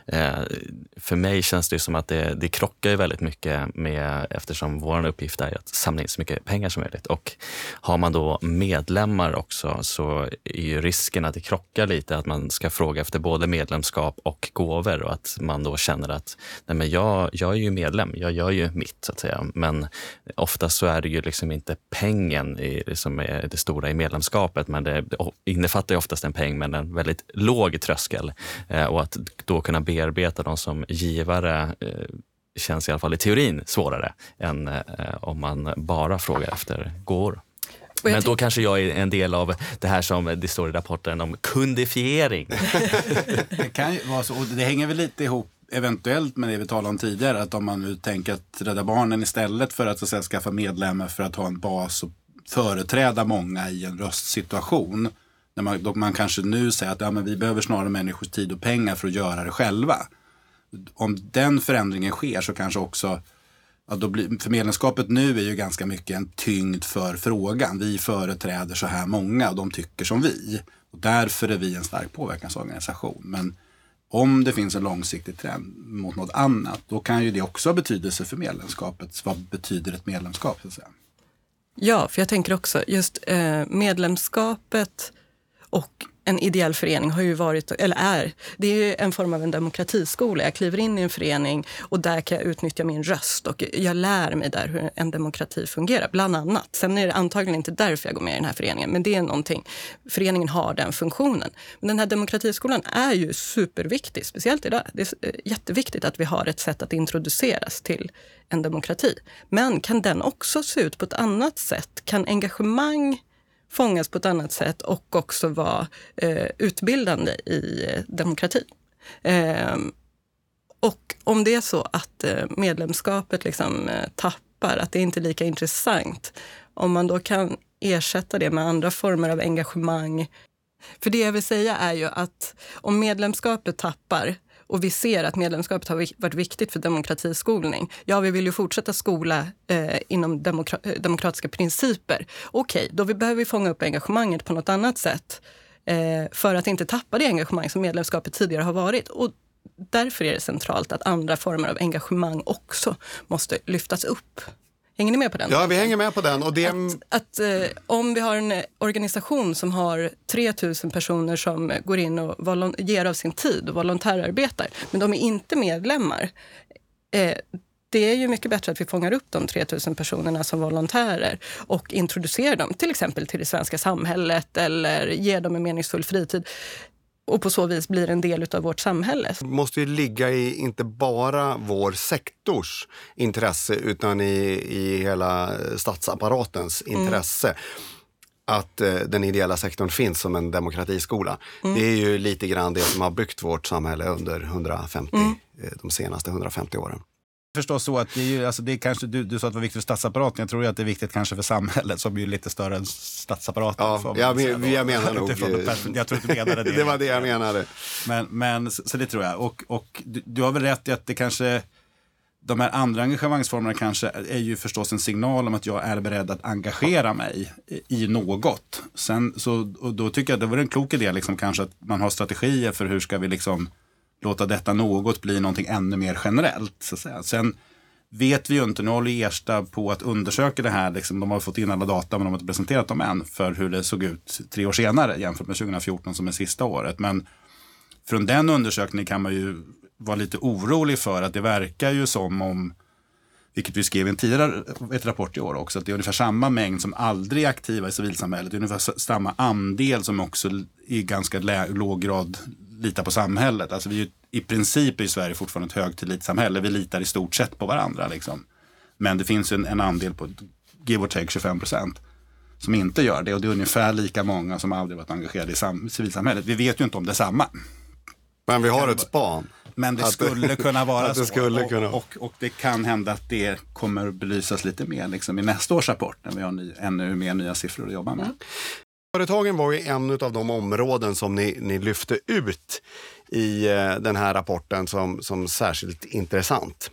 [SPEAKER 2] För mig känns det som att det, det krockar ju väldigt mycket med, eftersom vår uppgift är att samla in så mycket pengar som möjligt. Och har man då medlemmar också så är ju risken att det krockar lite, att man ska fråga efter både medlemskap och gåvor och att man då känner att nej men jag, jag är ju medlem, jag gör ju mitt så att säga. Men ofta så är det ju liksom inte pengen i, som är det stora i medlemskapet, men det innefattar ju oftast en peng men en väldigt låg tröskel. Eh, och att då kunna bearbeta dem som givare eh, känns i alla fall i teorin svårare än eh, om man bara frågar efter gåvor. Men då kanske jag är en del av det här som det står i rapporten om kundifiering.
[SPEAKER 1] Det kan ju vara så, och det hänger väl lite ihop eventuellt med det vi talade om tidigare, att om man nu tänker att Rädda Barnen istället för att, så att säga, skaffa medlemmar för att ha en bas och företräda många i en röstsituation, när man, då man kanske nu säger att ja, men vi behöver snarare människors tid och pengar för att göra det själva. Om den förändringen sker så kanske också, ja, då blir, för medlemskapet nu är ju ganska mycket en tyngd för frågan. Vi företräder så här många och de tycker som vi. Och därför är vi en stark påverkansorganisation. Men om det finns en långsiktig trend mot något annat, då kan ju det också ha betydelse för medlemskapet. Vad betyder ett medlemskap? Så att säga?
[SPEAKER 4] Ja, för jag tänker också just eh, medlemskapet och en ideell förening har ju varit, eller är, det är ju en form av en demokratiskola. Jag kliver in i en förening och där kan jag utnyttja min röst och jag lär mig där hur en demokrati fungerar, bland annat. Sen är det antagligen inte därför jag går med i den här föreningen, men det är någonting. Föreningen har den funktionen. Men den här demokratiskolan är ju superviktig, speciellt idag. Det är jätteviktigt att vi har ett sätt att introduceras till en demokrati. Men kan den också se ut på ett annat sätt? Kan engagemang fångas på ett annat sätt och också vara eh, utbildande i eh, demokrati. Eh, och om det är så att eh, medlemskapet liksom, eh, tappar, att det inte är lika intressant, om man då kan ersätta det med andra former av engagemang. För det jag vill säga är ju att om medlemskapet tappar och vi ser att medlemskapet har varit viktigt för demokratiskolning. Ja, vi vill ju fortsätta skola eh, inom demokra- demokratiska principer. Okej, då vi behöver vi fånga upp engagemanget på något annat sätt eh, för att inte tappa det engagemang som medlemskapet tidigare har varit. Och därför är det centralt att andra former av engagemang också måste lyftas upp. Hänger ni med på den?
[SPEAKER 3] Ja, vi hänger med på den. Och det...
[SPEAKER 4] Att, att eh, om vi har en organisation som har tre tusen personer som går in och volon- ger av sin tid och volontärarbetar, men de är inte medlemmar. Eh, det är ju mycket bättre att vi fångar upp de tre tusen personerna som volontärer och introducerar dem till exempel till det svenska samhället eller ger dem en meningsfull fritid. Och på så vis blir en del av vårt samhälle.
[SPEAKER 3] Det måste ju ligga i inte bara vår sektors intresse utan i, i hela statsapparatens intresse. Mm. Att eh, den ideella sektorn finns som en demokratiskola. Mm. Det är ju lite grann det som har byggt vårt samhälle under hundrafemtio, mm. eh, de senaste hundrafemtio åren.
[SPEAKER 1] Förstås så att det är ju, alltså det är kanske, du, du sa att det var viktigt för statsapparaten. Jag tror att det är viktigt kanske för samhället som är ju lite större än statsapparaten.
[SPEAKER 3] Ja, jag, men, jag menar nog.
[SPEAKER 1] Jag tror inte menade det.
[SPEAKER 3] Det var det jag menade.
[SPEAKER 1] Men, men så, så det tror jag. Och, och du, du har väl rätt i att det kanske, de här andra engagemangsformerna kanske är ju förstås en signal om att jag är beredd att engagera mig i, i något. Sen så, och då tycker jag att det var en klok idé liksom kanske att man har strategier för hur ska vi liksom låta detta något bli någonting ännu mer generellt. Så att säga. Sen vet vi ju inte, nu håller Ersta på att undersöka det här. Liksom, de har fått in alla data men de har inte presenterat dem än för hur det såg ut tre år senare jämfört med tjugohundrafjorton som är sista året. Men från den undersökningen kan man ju vara lite orolig för att det verkar ju som om, vilket vi skrev i en tidigare ett rapport i år också, att det är ungefär samma mängd som aldrig är aktiva i civilsamhället. Det är ungefär samma andel som också i ganska lä- låg grad litar på samhället. Alltså vi är ju, i princip i Sverige fortfarande ett högtillitssamhälle. Vi litar i stort sett på varandra. Liksom. Men det finns en, en andel på give or take tjugofem procent som inte gör det. Och det är ungefär lika många som aldrig varit engagerade i sam- civilsamhället. Vi vet ju inte om det är samma.
[SPEAKER 3] Men vi har ett span.
[SPEAKER 1] Men det skulle det, kunna vara
[SPEAKER 3] att det skulle
[SPEAKER 1] så.
[SPEAKER 3] Kunna.
[SPEAKER 1] Och, och, och det kan hända att det kommer att belysas lite mer liksom, i nästa års rapport när vi har ny, ännu mer nya siffror att jobba med. Mm.
[SPEAKER 3] Företagen var ju en av de områden som ni, ni lyfte ut i eh, den här rapporten som, som särskilt intressant.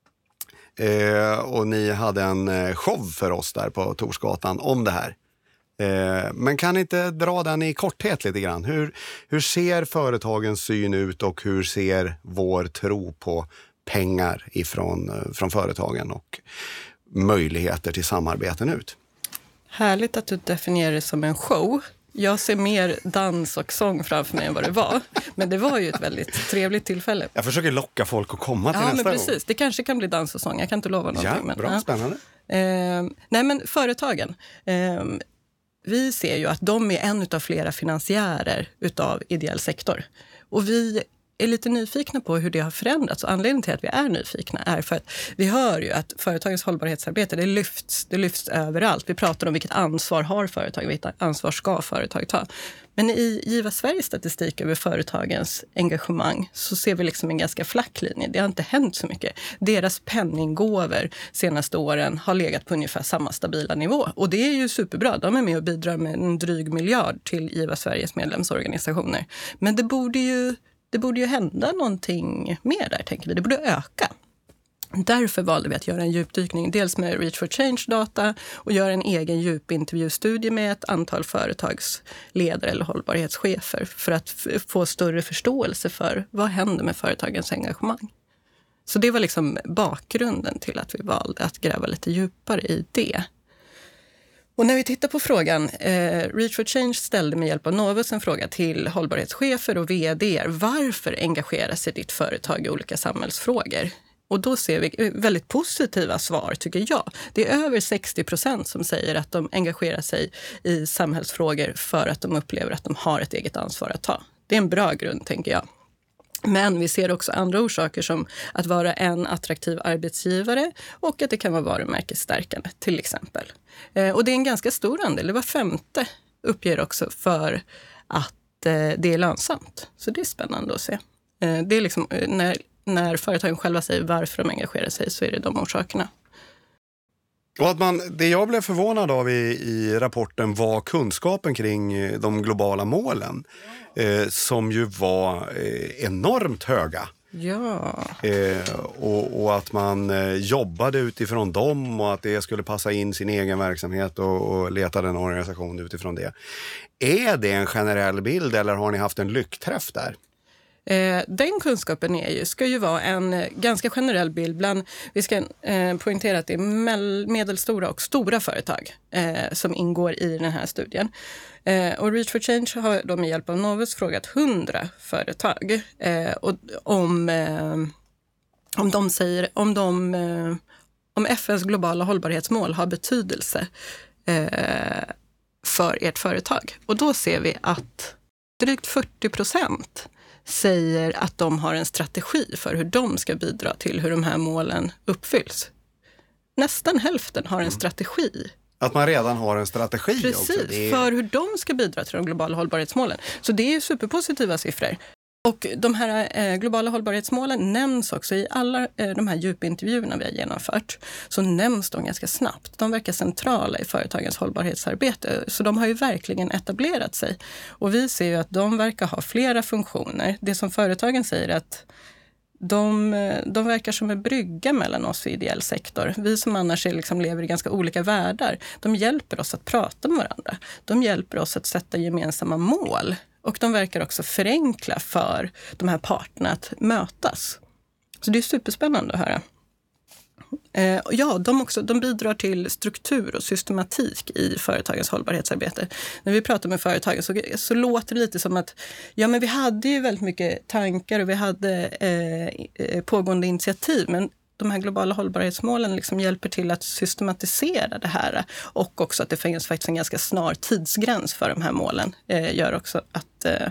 [SPEAKER 3] Eh, och ni hade en eh, show för oss där på Torsgatan om det här. Eh, men kan inte dra den i korthet lite grann? Hur, hur ser företagens syn ut och hur ser vår tro på pengar ifrån, eh, från företagen och möjligheter till samarbeten ut?
[SPEAKER 4] Härligt att du definierar det som en show. Jag ser mer dans och sång framför mig än vad det var. Men det var ju ett väldigt trevligt tillfälle.
[SPEAKER 3] Jag försöker locka folk att komma till
[SPEAKER 4] ja,
[SPEAKER 3] nästa
[SPEAKER 4] men precis.
[SPEAKER 3] gång.
[SPEAKER 4] Det kanske kan bli dans och sång. Jag kan inte lova någonting.
[SPEAKER 3] Ja,
[SPEAKER 4] men,
[SPEAKER 3] bra.
[SPEAKER 4] Ja.
[SPEAKER 3] Spännande.
[SPEAKER 4] Eh, nej, men företagen. Eh, vi ser ju att de är en av flera finansiärer utav ideell sektor. Och vi är lite nyfikna på hur det har förändrats. Och anledningen till att vi är nyfikna är för att vi hör ju att företagens hållbarhetsarbete, det lyfts, det lyfts överallt. Vi pratar om vilket ansvar har företag, vilket ansvar ska företag ta. Men i Giva Sveriges statistik över företagens engagemang så ser vi liksom en ganska flack linje. Det har inte hänt så mycket. Deras penninggåvor senaste åren har legat på ungefär samma stabila nivå. Och det är ju superbra. De är med och bidrar med en dryg miljard till Giva Sveriges medlemsorganisationer. Men det borde ju Det borde ju hända någonting mer där, tänker vi. Det borde öka. Därför valde vi att göra en djupdykning, dels med Reach for Change-data och göra en egen djupintervjustudie med ett antal företagsledare eller hållbarhetschefer för att f- få större förståelse för vad händer med företagens engagemang. Så det var liksom bakgrunden till att vi valde att gräva lite djupare i det. Och när vi tittar på frågan, eh, Reach for Change ställde med hjälp av Novus en fråga till hållbarhetschefer och vd:ar. Varför engagerar sig ditt företag i olika samhällsfrågor? Och då ser vi väldigt positiva svar, tycker jag. Det är över sextio procent som säger att de engagerar sig i samhällsfrågor för att de upplever att de har ett eget ansvar att ta. Det är en bra grund, tänker jag. Men vi ser också andra orsaker som att vara en attraktiv arbetsgivare och att det kan vara varumärkesstärkande till exempel. Eh, och det är en ganska stor andel, det var femte uppger också för att eh, det är lönsamt. Så det är spännande att se. Eh, det är liksom, när, när företagen själva säger varför de engagerar sig så är det de orsakerna.
[SPEAKER 3] Och att man, det jag blev förvånad av i, i rapporten var kunskapen kring de globala målen. Eh, som ju var eh, enormt höga.
[SPEAKER 4] Ja.
[SPEAKER 3] Eh, och, och att man eh, jobbade utifrån dem och att det skulle passa in sin egen verksamhet och, och letade en organisation utifrån det. Är det en generell bild eller har ni haft en lyckträff där?
[SPEAKER 4] Eh, den kunskapen är ju, ska ju vara en eh, ganska generell bild bland, vi ska eh, poängtera att det är mell- medelstora och stora företag eh, som ingår i den här studien. Eh, och Reach for Change har då med hjälp av Novus frågat hundra företag eh, och, om, eh, om de säger, om, de, eh, om F N:s globala hållbarhetsmål har betydelse eh, för ert företag. Och då ser vi att drygt fyrtio procent säger att de har en strategi för hur de ska bidra till hur de här målen uppfylls. Nästan hälften har en strategi.
[SPEAKER 3] Att man redan har en strategi.
[SPEAKER 4] Precis,
[SPEAKER 3] också. Det är...
[SPEAKER 4] för hur de ska bidra till de globala hållbarhetsmålen. Så det är ju superpositiva siffror. Och de här eh, globala hållbarhetsmålen nämns också i alla eh, de här djupintervjuerna vi har genomfört. Så nämns de ganska snabbt. De verkar centrala i företagens hållbarhetsarbete. Så de har ju verkligen etablerat sig. Och vi ser ju att de verkar ha flera funktioner. Det som företagen säger är att de, de verkar som en brygga mellan oss och ideell sektor. Vi som annars är, liksom, lever i ganska olika världar. De hjälper oss att prata med varandra. De hjälper oss att sätta gemensamma mål. Och de verkar också förenkla för de här parterna att mötas. Så det är superspännande att höra. Eh, ja, de, också, de bidrar till struktur och systematik i företagens hållbarhetsarbete. När vi pratar med företagen så, så låter det lite som att ja, men vi hade ju väldigt mycket tankar och vi hade eh, pågående initiativ, men de här globala hållbarhetsmålen liksom hjälper till att systematisera det här och också att det finns faktiskt en ganska snar tidsgräns för de här målen eh, gör också att... Eh,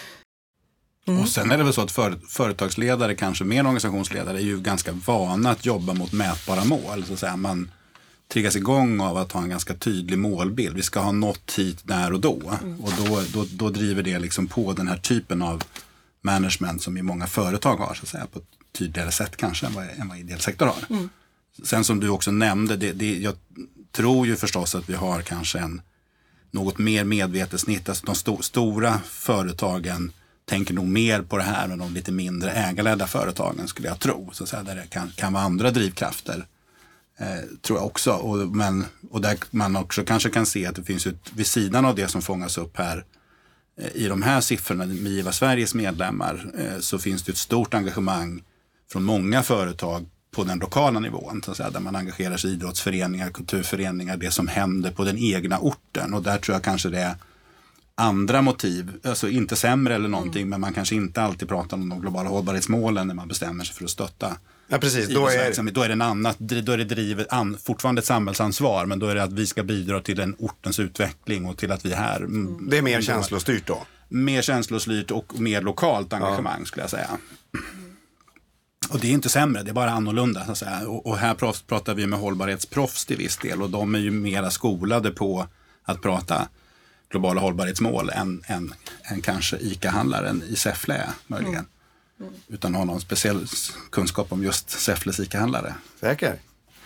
[SPEAKER 1] mm. Och sen är det väl så att för, företagsledare, kanske mer organisationsledare, är ju ganska vana att jobba mot mätbara mål. Så att säga. Man triggas igång av att ha en ganska tydlig målbild. Vi ska ha nått hit där och då. Mm. Och då, då, då driver det liksom på den här typen av management som i många företag har, så att säga, på ett tydligare sätt kanske än vad, än vad ideell sektor har. Mm. Sen som du också nämnde, det, det, jag tror ju förstås att vi har kanske en något mer medvetet snitt. Alltså de sto, stora företagen tänker nog mer på det här än de lite mindre ägarledda företagen, skulle jag tro. Så att säga, där det kan, kan vara andra drivkrafter, eh, tror jag också. Och, men, och där man också kanske kan se att det finns ett, vid sidan av det som fångas upp här eh, i de här siffrorna med Giva Sveriges medlemmar, eh, så finns det ett stort engagemang från många företag på den lokala nivån, så att säga, där man engagerar sig i idrottsföreningar, kulturföreningar, det som händer på den egna orten. Och där tror jag kanske det är andra motiv, alltså inte sämre eller någonting, mm. men man kanske inte alltid pratar om de globala hållbarhetsmålen när man bestämmer sig för att stötta.
[SPEAKER 3] Ja, precis. Då är,
[SPEAKER 1] då är det en annat, då är det drivet, an, fortfarande ett samhällsansvar, men då är det att vi ska bidra till den ortens utveckling och till att vi här... Mm,
[SPEAKER 3] det är mer känslostyrt då?
[SPEAKER 1] Mer känslostyrt och mer lokalt engagemang, ja. skulle jag säga. Och det är inte sämre, det är bara annorlunda. Så att säga. Och, och här pratar vi med hållbarhetsproffs till viss del, och de är ju mera skolade på att prata globala hållbarhetsmål än, än, än kanske ICA-handlaren i Säffle möjligen. Mm. Mm. Utan ha någon speciell kunskap om just Säffles ICA-handlare.
[SPEAKER 3] Säker.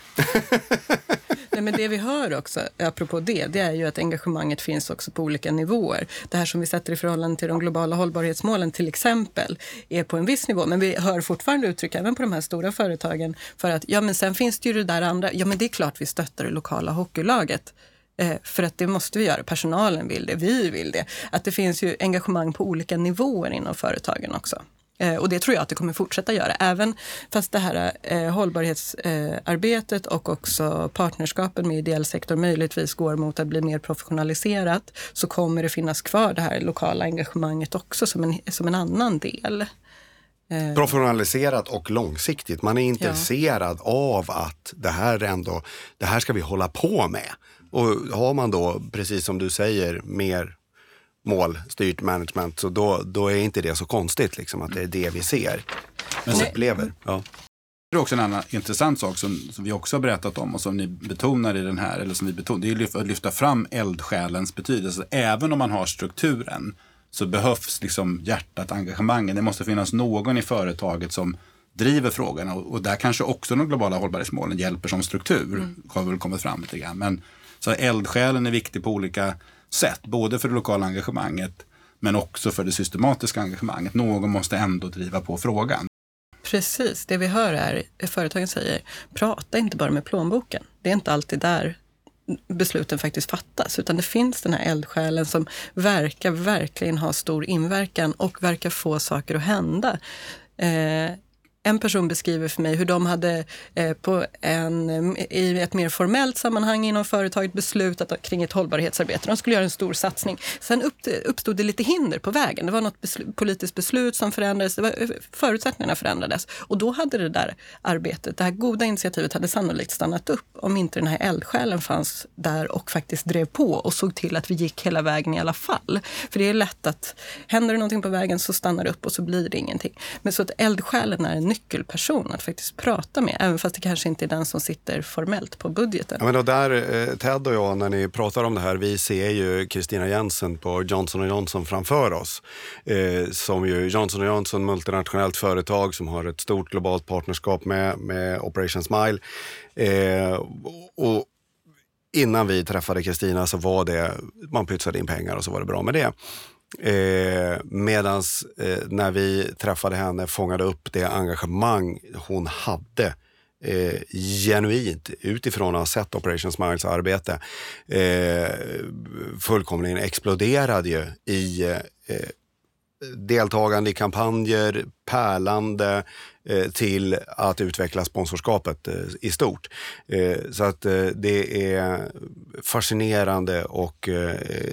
[SPEAKER 4] Nej, men det vi hör också, apropå det, det är ju att engagemanget finns också på olika nivåer. Det här som vi sätter i förhållande till de globala hållbarhetsmålen till exempel är på en viss nivå. Men vi hör fortfarande uttryck även på de här stora företagen för att ja, men sen finns det ju det där andra. Ja, men det är klart vi stöttar det lokala hockeylaget. Eh, för att det måste vi göra. Personalen vill det, vi vill det. Att det finns ju engagemang på olika nivåer inom företagen också. Eh, och det tror jag att det kommer fortsätta göra. Även fast det här eh, hållbarhetsarbetet eh, och också partnerskapen med ideell sektor möjligtvis går mot att bli mer professionaliserat, så kommer det finnas kvar det här lokala engagemanget också som en, som en annan del.
[SPEAKER 3] Eh. Professionaliserat och långsiktigt. Man är intresserad ja. av att det här ändå, det här ska vi hålla på med. Och har man då, precis som du säger, mer målstyrt management, så då, då är inte det så konstigt liksom, att det är det vi ser och upplever. Ja.
[SPEAKER 1] Det är också en annan intressant sak som, som vi också har berättat om och som ni betonar i den här, eller som vi betonar, det är att lyfta fram eldsjälens betydelse. Även om man har strukturen så behövs liksom hjärtat, engagemangen. Det måste finnas någon i företaget som driver frågorna och, och där kanske också de globala hållbarhetsmålen hjälper som struktur. Mm. Har väl kommit fram lite grann. Men så eldsjälen är viktig på olika sätt, både för det lokala engagemanget men också för det systematiska engagemanget. Någon måste ändå driva på frågan.
[SPEAKER 4] Precis, det vi hör är, företagen säger, prata inte bara med plånboken. Det är inte alltid där besluten faktiskt fattas, utan det finns den här eldsjälen som verkar verkligen ha stor inverkan och verkar få saker att hända. Eh, En person beskriver för mig hur de hade eh, på en, i ett mer formellt sammanhang inom företaget beslutat kring ett hållbarhetsarbete. De skulle göra en stor satsning. Sen upp, uppstod det lite hinder på vägen. Det var något beslut, politiskt beslut som förändrades. Det var, förutsättningarna förändrades. Och då hade det där arbetet, det här goda initiativet hade sannolikt stannat upp om inte den här eldsjälen fanns där och faktiskt drev på och såg till att vi gick hela vägen i alla fall. För det är lätt att händer det någonting på vägen så stannar det upp och så blir det ingenting. Men så att eldsjälen är en nyckelperson att faktiskt prata med, även fast det kanske inte är den som sitter formellt på budgeten.
[SPEAKER 3] Ja, men då där, eh, Ted och jag, när ni pratar om det här, vi ser ju Kristina Jensen på Johnson och Johnson framför oss. Eh, som ju Johnson och Johnson, multinationellt företag som har ett stort globalt partnerskap med, med Operation Smile. Eh, och innan vi träffade Kristina så var det, man pytsade in pengar och så var det bra med det. Eh, medans eh, när vi träffade henne fångade upp det engagemang hon hade eh, genuint utifrån att ha sett Operation Smiles arbete eh, fullkomligen exploderade ju i eh, deltagande i kampanjer, pärlande eh, till att utveckla sponsorskapet eh, i stort. Eh, så att eh, det är fascinerande och eh,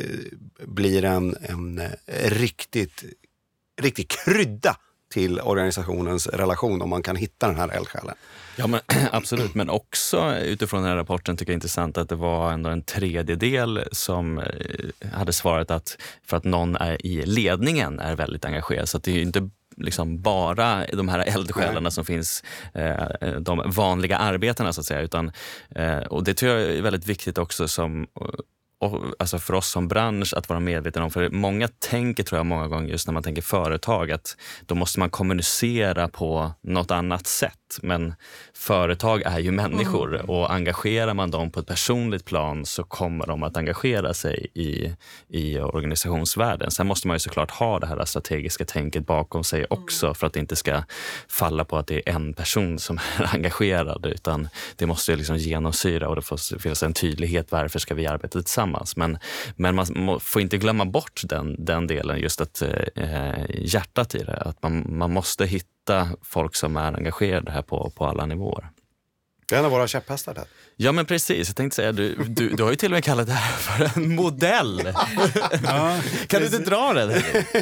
[SPEAKER 3] blir en, en riktigt, riktigt krydda till organisationens relation om man kan hitta den här eldsjälen.
[SPEAKER 2] Ja, men absolut. Men också utifrån den här rapporten tycker jag det är intressant att det var ändå en tredjedel som hade svarat att för att någon är i ledningen är väldigt engagerad. Så att det är ju inte liksom bara de här eldsjälarna som finns, eh, de vanliga arbetarna så att säga. Utan, eh, och det tror jag är väldigt viktigt också som... Och, alltså för oss som bransch att vara medveten om, för många tänker tror jag många gånger just när man tänker företag att då måste man kommunicera på något annat sätt, men företag är ju människor mm. och engagerar man dem på ett personligt plan så kommer de att engagera sig i, i organisationsvärlden. Sen måste man ju såklart ha det här strategiska tänket bakom sig också för att det inte ska falla på att det är en person som är engagerad, utan det måste ju liksom genomsyra och det får finnas en tydlighet, varför ska vi arbeta tillsammans. Men, men man får inte glömma bort den, den delen, just att eh, hjärtat i det. Att man, man måste hitta folk som är engagerade här på, på alla nivåer.
[SPEAKER 3] Det är en av våra käpphästar där.
[SPEAKER 2] Ja, men precis. Jag tänkte säga, du, du, du har ju till och med kallat det här för en modell. Ja, kan du inte dra det?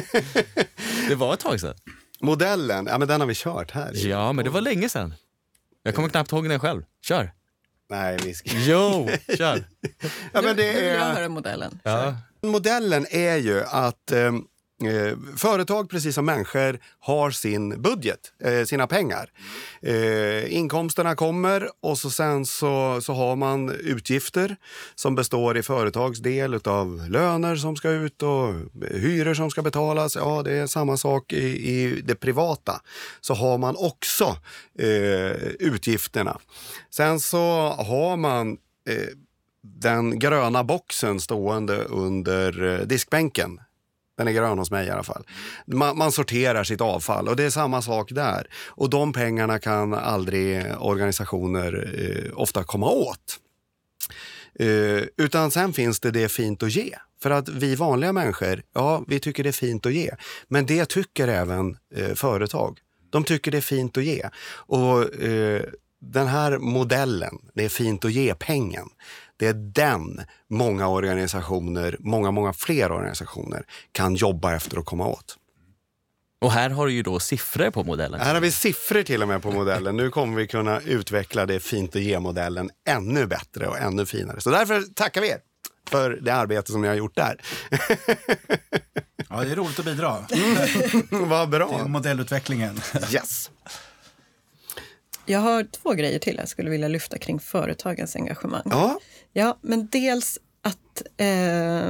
[SPEAKER 2] Det var ett tag sedan.
[SPEAKER 3] Modellen, ja men den har vi kört här.
[SPEAKER 2] Ja, men det var länge sedan. Jag kommer knappt ihåg den själv. Kör.
[SPEAKER 3] Nej, vi ska...
[SPEAKER 2] Jo, kör.
[SPEAKER 3] Ja, men det är...
[SPEAKER 4] Nu vill jag höra modellen.
[SPEAKER 3] Ja. Modellen är ju att eh, företag, precis som människor, har sin budget, eh, sina pengar. Eh, inkomsterna kommer och så sen så, så har man utgifter som består i företagsdel av löner som ska ut och hyror som ska betalas. Ja, det är samma sak i, i det privata. Så har man också eh, utgifterna. Sen så har man eh, den gröna boxen stående under eh, diskbänken. Den är grön hos mig i alla fall. Man, man sorterar sitt avfall och det är samma sak där. Och de pengarna kan aldrig organisationer eh, ofta komma åt. Eh, utan sen finns det det fint att ge. För att vi vanliga människor, ja vi tycker det är fint att ge. Men det tycker även eh, företag. De tycker det är fint att ge. Och eh, den här modellen, det är fint att ge pengen. Det är den många organisationer, många, många fler organisationer kan jobba efter att komma åt.
[SPEAKER 2] Och här har du ju då siffror på modellen.
[SPEAKER 3] Här har vi siffror till och med på modellen. Nu kommer vi kunna utveckla det fint att ge-modellen ännu bättre och ännu finare. Så därför tackar vi er för det arbete som ni har gjort där.
[SPEAKER 1] Ja, det är roligt att bidra.
[SPEAKER 3] Mm. Vad bra.
[SPEAKER 1] Till modellutvecklingen.
[SPEAKER 3] Yes.
[SPEAKER 4] Jag har två grejer till jag skulle vilja lyfta kring företagens engagemang.
[SPEAKER 3] Ja.
[SPEAKER 4] Ja, men dels att eh,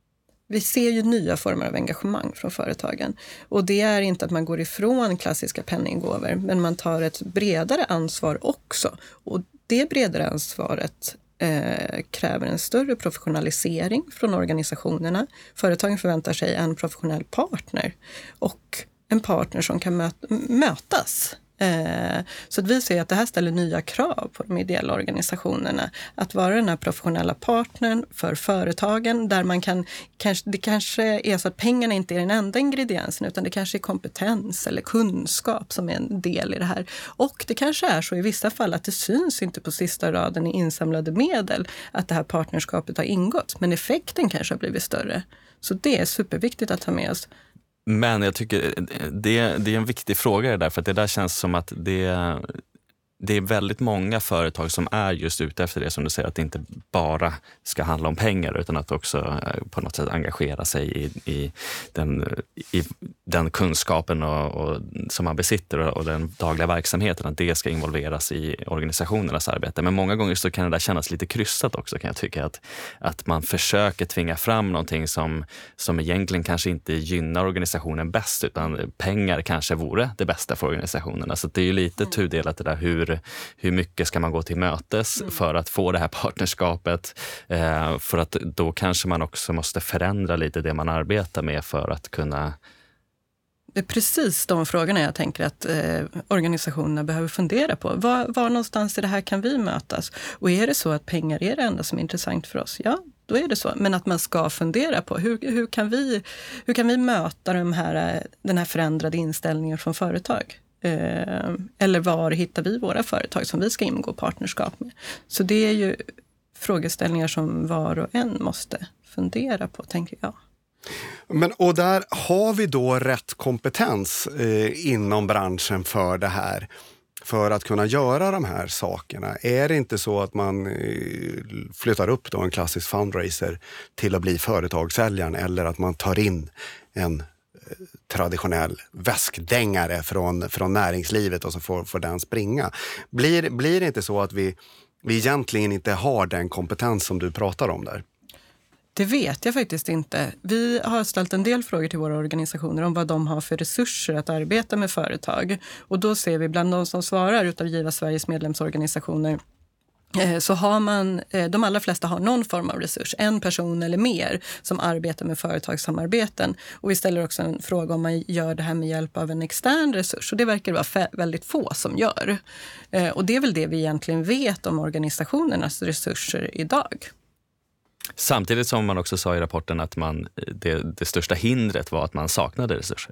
[SPEAKER 4] vi ser ju nya former av engagemang från företagen. Och det är inte att man går ifrån klassiska penninggåvor, men man tar ett bredare ansvar också. Och det bredare ansvaret eh, kräver en större professionalisering från organisationerna. Företagen förväntar sig en professionell partner och en partner som kan möt- mötas. Eh, så att vi ser att det här ställer nya krav på de ideella organisationerna. Att vara den här professionella partnern för företagen där man kan, kanske, det kanske är så att pengarna inte är den enda ingrediensen utan det kanske är kompetens eller kunskap som är en del i det här. Och det kanske är så i vissa fall att det syns inte på sista raden i insamlade medel att det här partnerskapet har ingått. Men effekten kanske har blivit större. Så det är superviktigt att ta med oss.
[SPEAKER 2] Men jag tycker det, det är en viktig fråga det där, för att det där känns som att det, det är väldigt många företag som är just ute efter det som du säger, att det inte bara ska handla om pengar utan att också på något sätt engagera sig i, i, den, i den kunskapen och, och, som man besitter och, och den dagliga verksamheten, att det ska involveras i organisationernas arbete. Men många gånger så kan det där kännas lite kryssat också, kan jag tycka, att, att man försöker tvinga fram någonting som, som egentligen kanske inte gynnar organisationen bäst, utan pengar kanske vore det bästa för organisationerna. Så det är ju lite tudelat det där, hur, hur mycket ska man gå till mötes för att få det här partnerskapet, eh, för att då kanske man också måste förändra lite det man arbetar med för att kunna.
[SPEAKER 4] Det är precis de frågorna jag tänker att eh, organisationerna behöver fundera på. Var, var någonstans i det här kan vi mötas? Och är det så att pengar är det enda som är intressant för oss? Ja, då är det så. Men att man ska fundera på hur, hur, kan, vi, hur kan vi möta de här, den här förändrade inställningen från företag? Eh, eller var hittar vi våra företag som vi ska ingå partnerskap med? Så det är ju frågeställningar som var och en måste fundera på, tänker jag.
[SPEAKER 3] Men, och där har vi då rätt kompetens eh, inom branschen för det här, för att kunna göra de här sakerna. Är det inte så att man eh, flyttar upp då en klassisk fundraiser till att bli företagssäljaren, eller att man tar in en eh, traditionell väskdängare från, från näringslivet och så får, får den springa? Blir, blir det inte så att vi, vi egentligen inte har den kompetens som du pratar om där?
[SPEAKER 4] Det vet jag faktiskt inte. Vi har ställt en del frågor till våra organisationer om vad de har för resurser att arbeta med företag. Och då ser vi bland de som svarar utav Giva Sveriges medlemsorganisationer, så har man, de allra flesta har någon form av resurs, en person eller mer som arbetar med företagssamarbeten. Och vi ställer också en fråga om man gör det här med hjälp av en extern resurs. Och det verkar vara väldigt få som gör. Och det är väl det vi egentligen vet om organisationernas resurser idag.
[SPEAKER 2] Samtidigt som man också sa i rapporten att man, det, det största hindret var att man saknade resurser.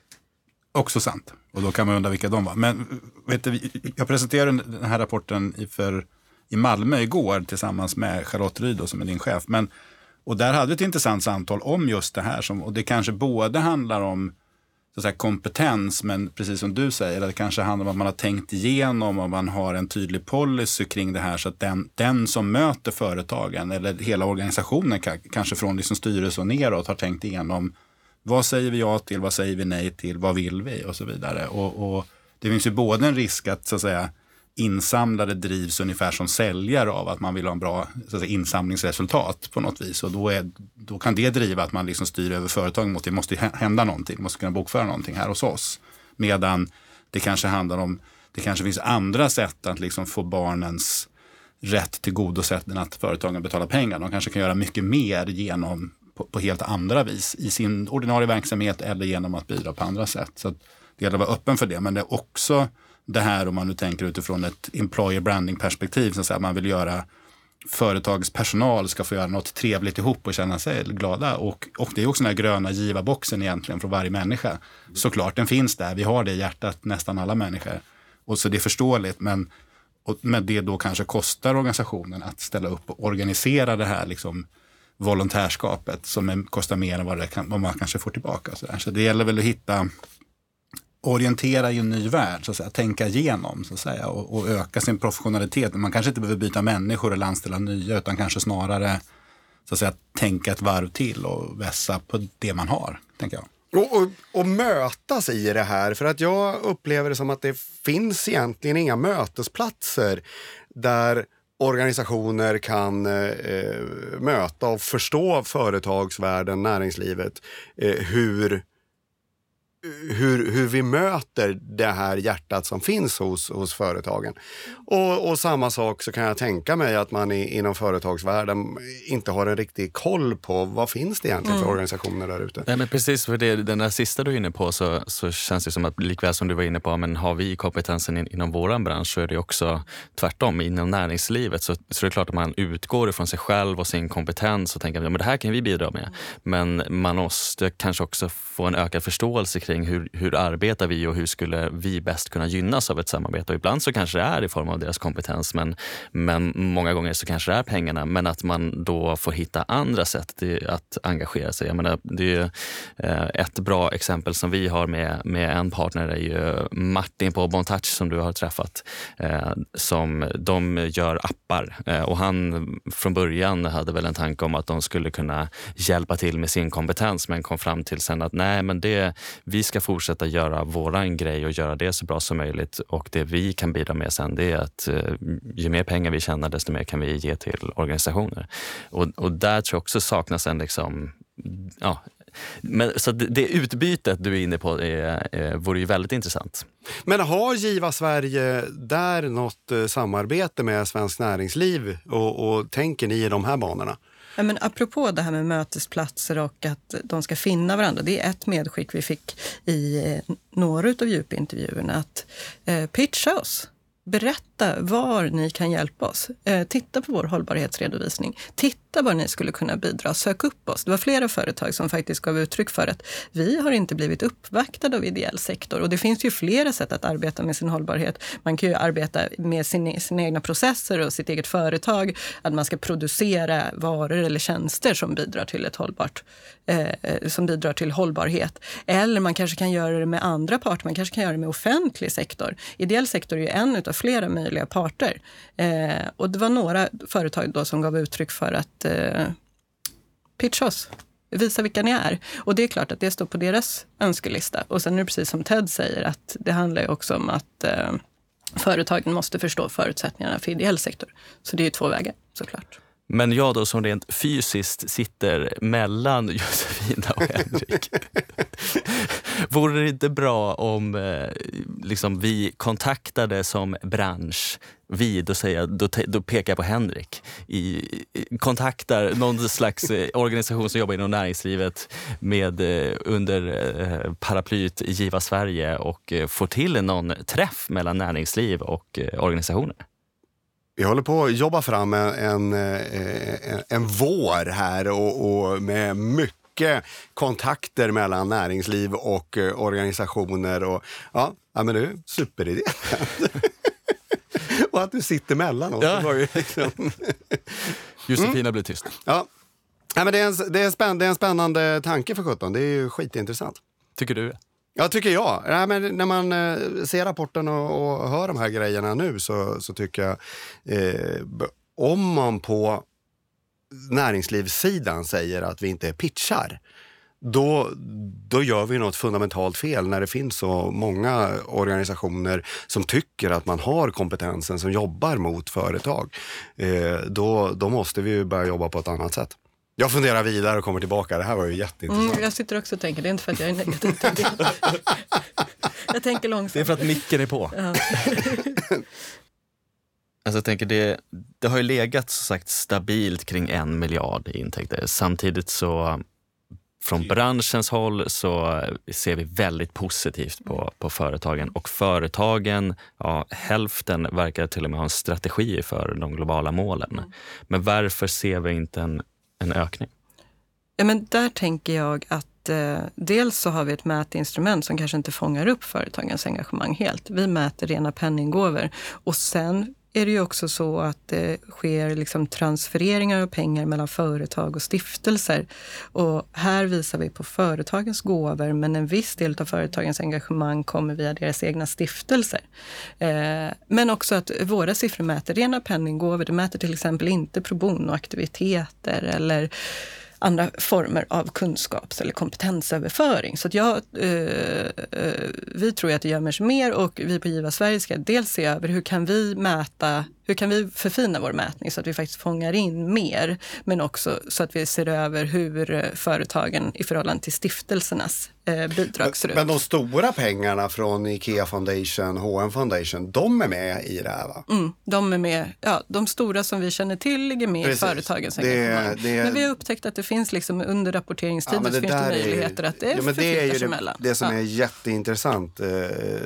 [SPEAKER 1] Också sant. Och då kan man undra vilka de var. Men vet du, jag presenterade den här rapporten i, för, i Malmö igår tillsammans med Charlotte Ryd som är din chef. Men, och där hade vi ett intressant samtal om just det här. Som, och det kanske både handlar om så att säga, kompetens, men precis som du säger, det kanske handlar om att man har tänkt igenom och man har en tydlig policy kring det här, så att den, den som möter företagen eller hela organisationen, kanske från liksom styrelse och neråt, har tänkt igenom vad säger vi ja till, vad säger vi nej till, vad vill vi och så vidare. Och, och det finns ju både en risk att så att säga insamlare drivs ungefär som säljare av att man vill ha en bra så att säga, insamlingsresultat på något vis. Och då, är, då kan det driva att man liksom styr över företagen mot det måste hända någonting, det måste kunna bokföra någonting här hos oss. Medan det kanske handlar om, det kanske finns andra sätt att liksom få barnens rätt tillgodosett än att företagen betalar pengar. De kanske kan göra mycket mer genom på, på helt andra vis i sin ordinarie verksamhet eller genom att bidra på andra sätt. Så att det gäller att vara öppen för det, men det är också det här om man nu tänker utifrån ett employer branding perspektiv, så att säga, man vill göra företagspersonal ska få göra något trevligt ihop och känna sig glada, och, och det är också den här gröna givarboxen egentligen från varje människa. Såklart den finns där, vi har det i hjärtat nästan alla människor, och så det är förståeligt, men, och, men det då kanske kostar organisationen att ställa upp och organisera det här liksom volontärskapet som är, kostar mer än vad, det kan, vad man kanske får tillbaka. Så, där. Så det gäller väl att hitta orientera i en ny värld, så att säga, tänka igenom så att säga, och, och öka sin professionalitet. Man kanske inte behöver byta människor eller anställa nya, utan kanske snarare så att säga, tänka ett varv till och vässa på det man har, tänker jag.
[SPEAKER 3] Och, och, och mötas i det här, för att jag upplever det som att det finns egentligen inga mötesplatser där organisationer kan eh, möta och förstå företagsvärlden, näringslivet, eh, hur, hur, hur vi möter det här hjärtat som finns hos, hos företagen. Och, och samma sak så kan jag tänka mig att man i, inom företagsvärlden inte har en riktig koll på vad finns det egentligen för mm. organisationer där ute.
[SPEAKER 2] Nej, men precis, för det, den där sista du är inne på så, så känns det som att likväl som du var inne på, men har vi kompetensen in, inom våran bransch så är det också tvärtom inom näringslivet. Så, så det är klart att man utgår ifrån sig själv och sin kompetens och tänker att ja, men det här kan vi bidra med. Men man måste kanske också få en ökad förståelse kring hur, hur arbetar vi och hur skulle vi bäst kunna gynnas av ett samarbete. Och ibland så kanske det är i form av deras kompetens, men, men många gånger så kanske det är pengarna, men att man då får hitta andra sätt till att engagera sig. Jag menar, det är ett bra exempel som vi har med, med en partner är ju Martin på Bontouch som du har träffat, som de gör appar, och han från början hade väl en tanke om att de skulle kunna hjälpa till med sin kompetens, men kom fram till sen att nej, men det, vi ska fortsätta göra våran grej och göra det så bra som möjligt, och det vi kan bidra med sen det är att eh, ju mer pengar vi tjänar desto mer kan vi ge till organisationer. Och, och där tror jag också saknas en liksom, ja, men, så det, det utbytet du är inne på är, är, vore ju väldigt intressant.
[SPEAKER 3] Men har Giva Sverige där något eh, samarbete med Svensk Näringsliv och, och tänker ni i de här banorna?
[SPEAKER 4] Ja, men apropå det här med mötesplatser och att de ska finna varandra, det är ett medskick vi fick i några av djupintervjuerna, att eh, pitcha oss. Berätta var ni kan hjälpa oss. Eh, titta på vår hållbarhetsredovisning. Titta var ni skulle kunna bidra. Sök upp oss. Det var flera företag som faktiskt gav uttryck för att vi har inte blivit uppvaktade av ideell sektor. Och det finns ju flera sätt att arbeta med sin hållbarhet. Man kan ju arbeta med sin, sina egna processer och sitt eget företag. Att man ska producera varor eller tjänster som bidrar till ett hållbart, eh, som bidrar till hållbarhet. Eller man kanske kan göra det med andra parter. Man kanske kan göra det med offentlig sektor. Ideell sektor är ju en utav flera möjliga parter. Eh, och det var några företag då som gav uttryck för att eh, pitcha oss, visa vilka ni är. Och det är klart att det står på deras önskelista. Och sen är det precis som Ted säger att det handlar ju också om att eh, företagen måste förstå förutsättningarna för ideell sektor. Så det är ju två vägar såklart.
[SPEAKER 2] Men jag då som rent fysiskt sitter mellan Josefina och Henrik. Vore det inte bra om eh, liksom vi kontaktade som bransch, vi, då, säger jag, då, då pekar jag på Henrik, i, i, kontaktar någon slags eh, organisation som jobbar inom näringslivet med, eh, under eh, paraplyt Giva Sverige och eh, får till någon träff mellan näringsliv och eh, organisationer.
[SPEAKER 3] Vi håller på att jobba fram en, en, en, en vår här och, och med mycket kontakter mellan näringsliv och organisationer. Och, ja, ja, men det är superidé. Och att du sitter mellan oss.
[SPEAKER 2] Ja.
[SPEAKER 3] Var ju liksom...
[SPEAKER 2] Josefina mm. blir tyst.
[SPEAKER 3] Ja, ja men det, är en, det, är spänn, det är en spännande tanke för sjutton. Det är ju skitintressant.
[SPEAKER 2] Tycker du?
[SPEAKER 3] Ja, tycker jag. Ja, men när man eh, ser rapporten och, och hör de här grejerna nu så, så tycker jag eh, om man på näringslivssidan säger att vi inte pitchar, då, då gör vi något fundamentalt fel när det finns så många organisationer som tycker att man har kompetensen som jobbar mot företag. Eh, då, då måste vi ju börja jobba på ett annat sätt. Jag funderar vidare och kommer tillbaka. Det här var ju jätteintressant.
[SPEAKER 4] Mm, jag sitter också och tänker, det är inte för att jag är negativ. Jag tänker långsamt.
[SPEAKER 2] Det är för att micken är på. Ja. Alltså jag tänker, det, det har ju legat så sagt stabilt kring en miljard i intäkter. Samtidigt så från branschens håll så ser vi väldigt positivt på, på företagen. Och företagen, ja, hälften verkar till och med ha en strategi för de globala målen. Mm. Men varför ser vi inte en en ökning?
[SPEAKER 4] Ja, men där tänker jag att eh, dels så har vi ett mätinstrument som kanske inte fångar upp företagens engagemang helt. Vi mäter rena penninggåvor och sen är det ju också så att det sker liksom transfereringar av pengar mellan företag och stiftelser. Och här visar vi på företagens gåvor, men en viss del av företagens engagemang kommer via deras egna stiftelser. Eh, men också att våra siffror mäter rena penninggåvor. Det mäter till exempel inte pro bono-aktiviteter eller andra former av kunskaps- eller kompetensöverföring. Så att jag, eh, eh, vi tror att det görs mer, och vi på Giva Sverige ska dels se över hur kan vi mäta, hur kan vi förfina vår mätning så att vi faktiskt fångar in mer, men också så att vi ser över hur företagen i förhållande till stiftelsernas eh, bidrag ser ut.
[SPEAKER 3] Men de stora pengarna från IKEA Foundation, H och M Foundation, de är med i det här, va?
[SPEAKER 4] Mm, de är med, ja, de stora som vi känner till ligger med
[SPEAKER 3] Precis.
[SPEAKER 4] i företagens
[SPEAKER 3] det,
[SPEAKER 4] engagemang.
[SPEAKER 3] det,
[SPEAKER 4] Men vi har upptäckt att det finns liksom under rapporteringstiden
[SPEAKER 3] ja,
[SPEAKER 4] så finns det möjligheter
[SPEAKER 3] är,
[SPEAKER 4] att det
[SPEAKER 3] ja, men det är ju
[SPEAKER 4] förflyttar sig
[SPEAKER 3] det,
[SPEAKER 4] mellan.
[SPEAKER 3] det som
[SPEAKER 4] ja.
[SPEAKER 3] är jätteintressant eh,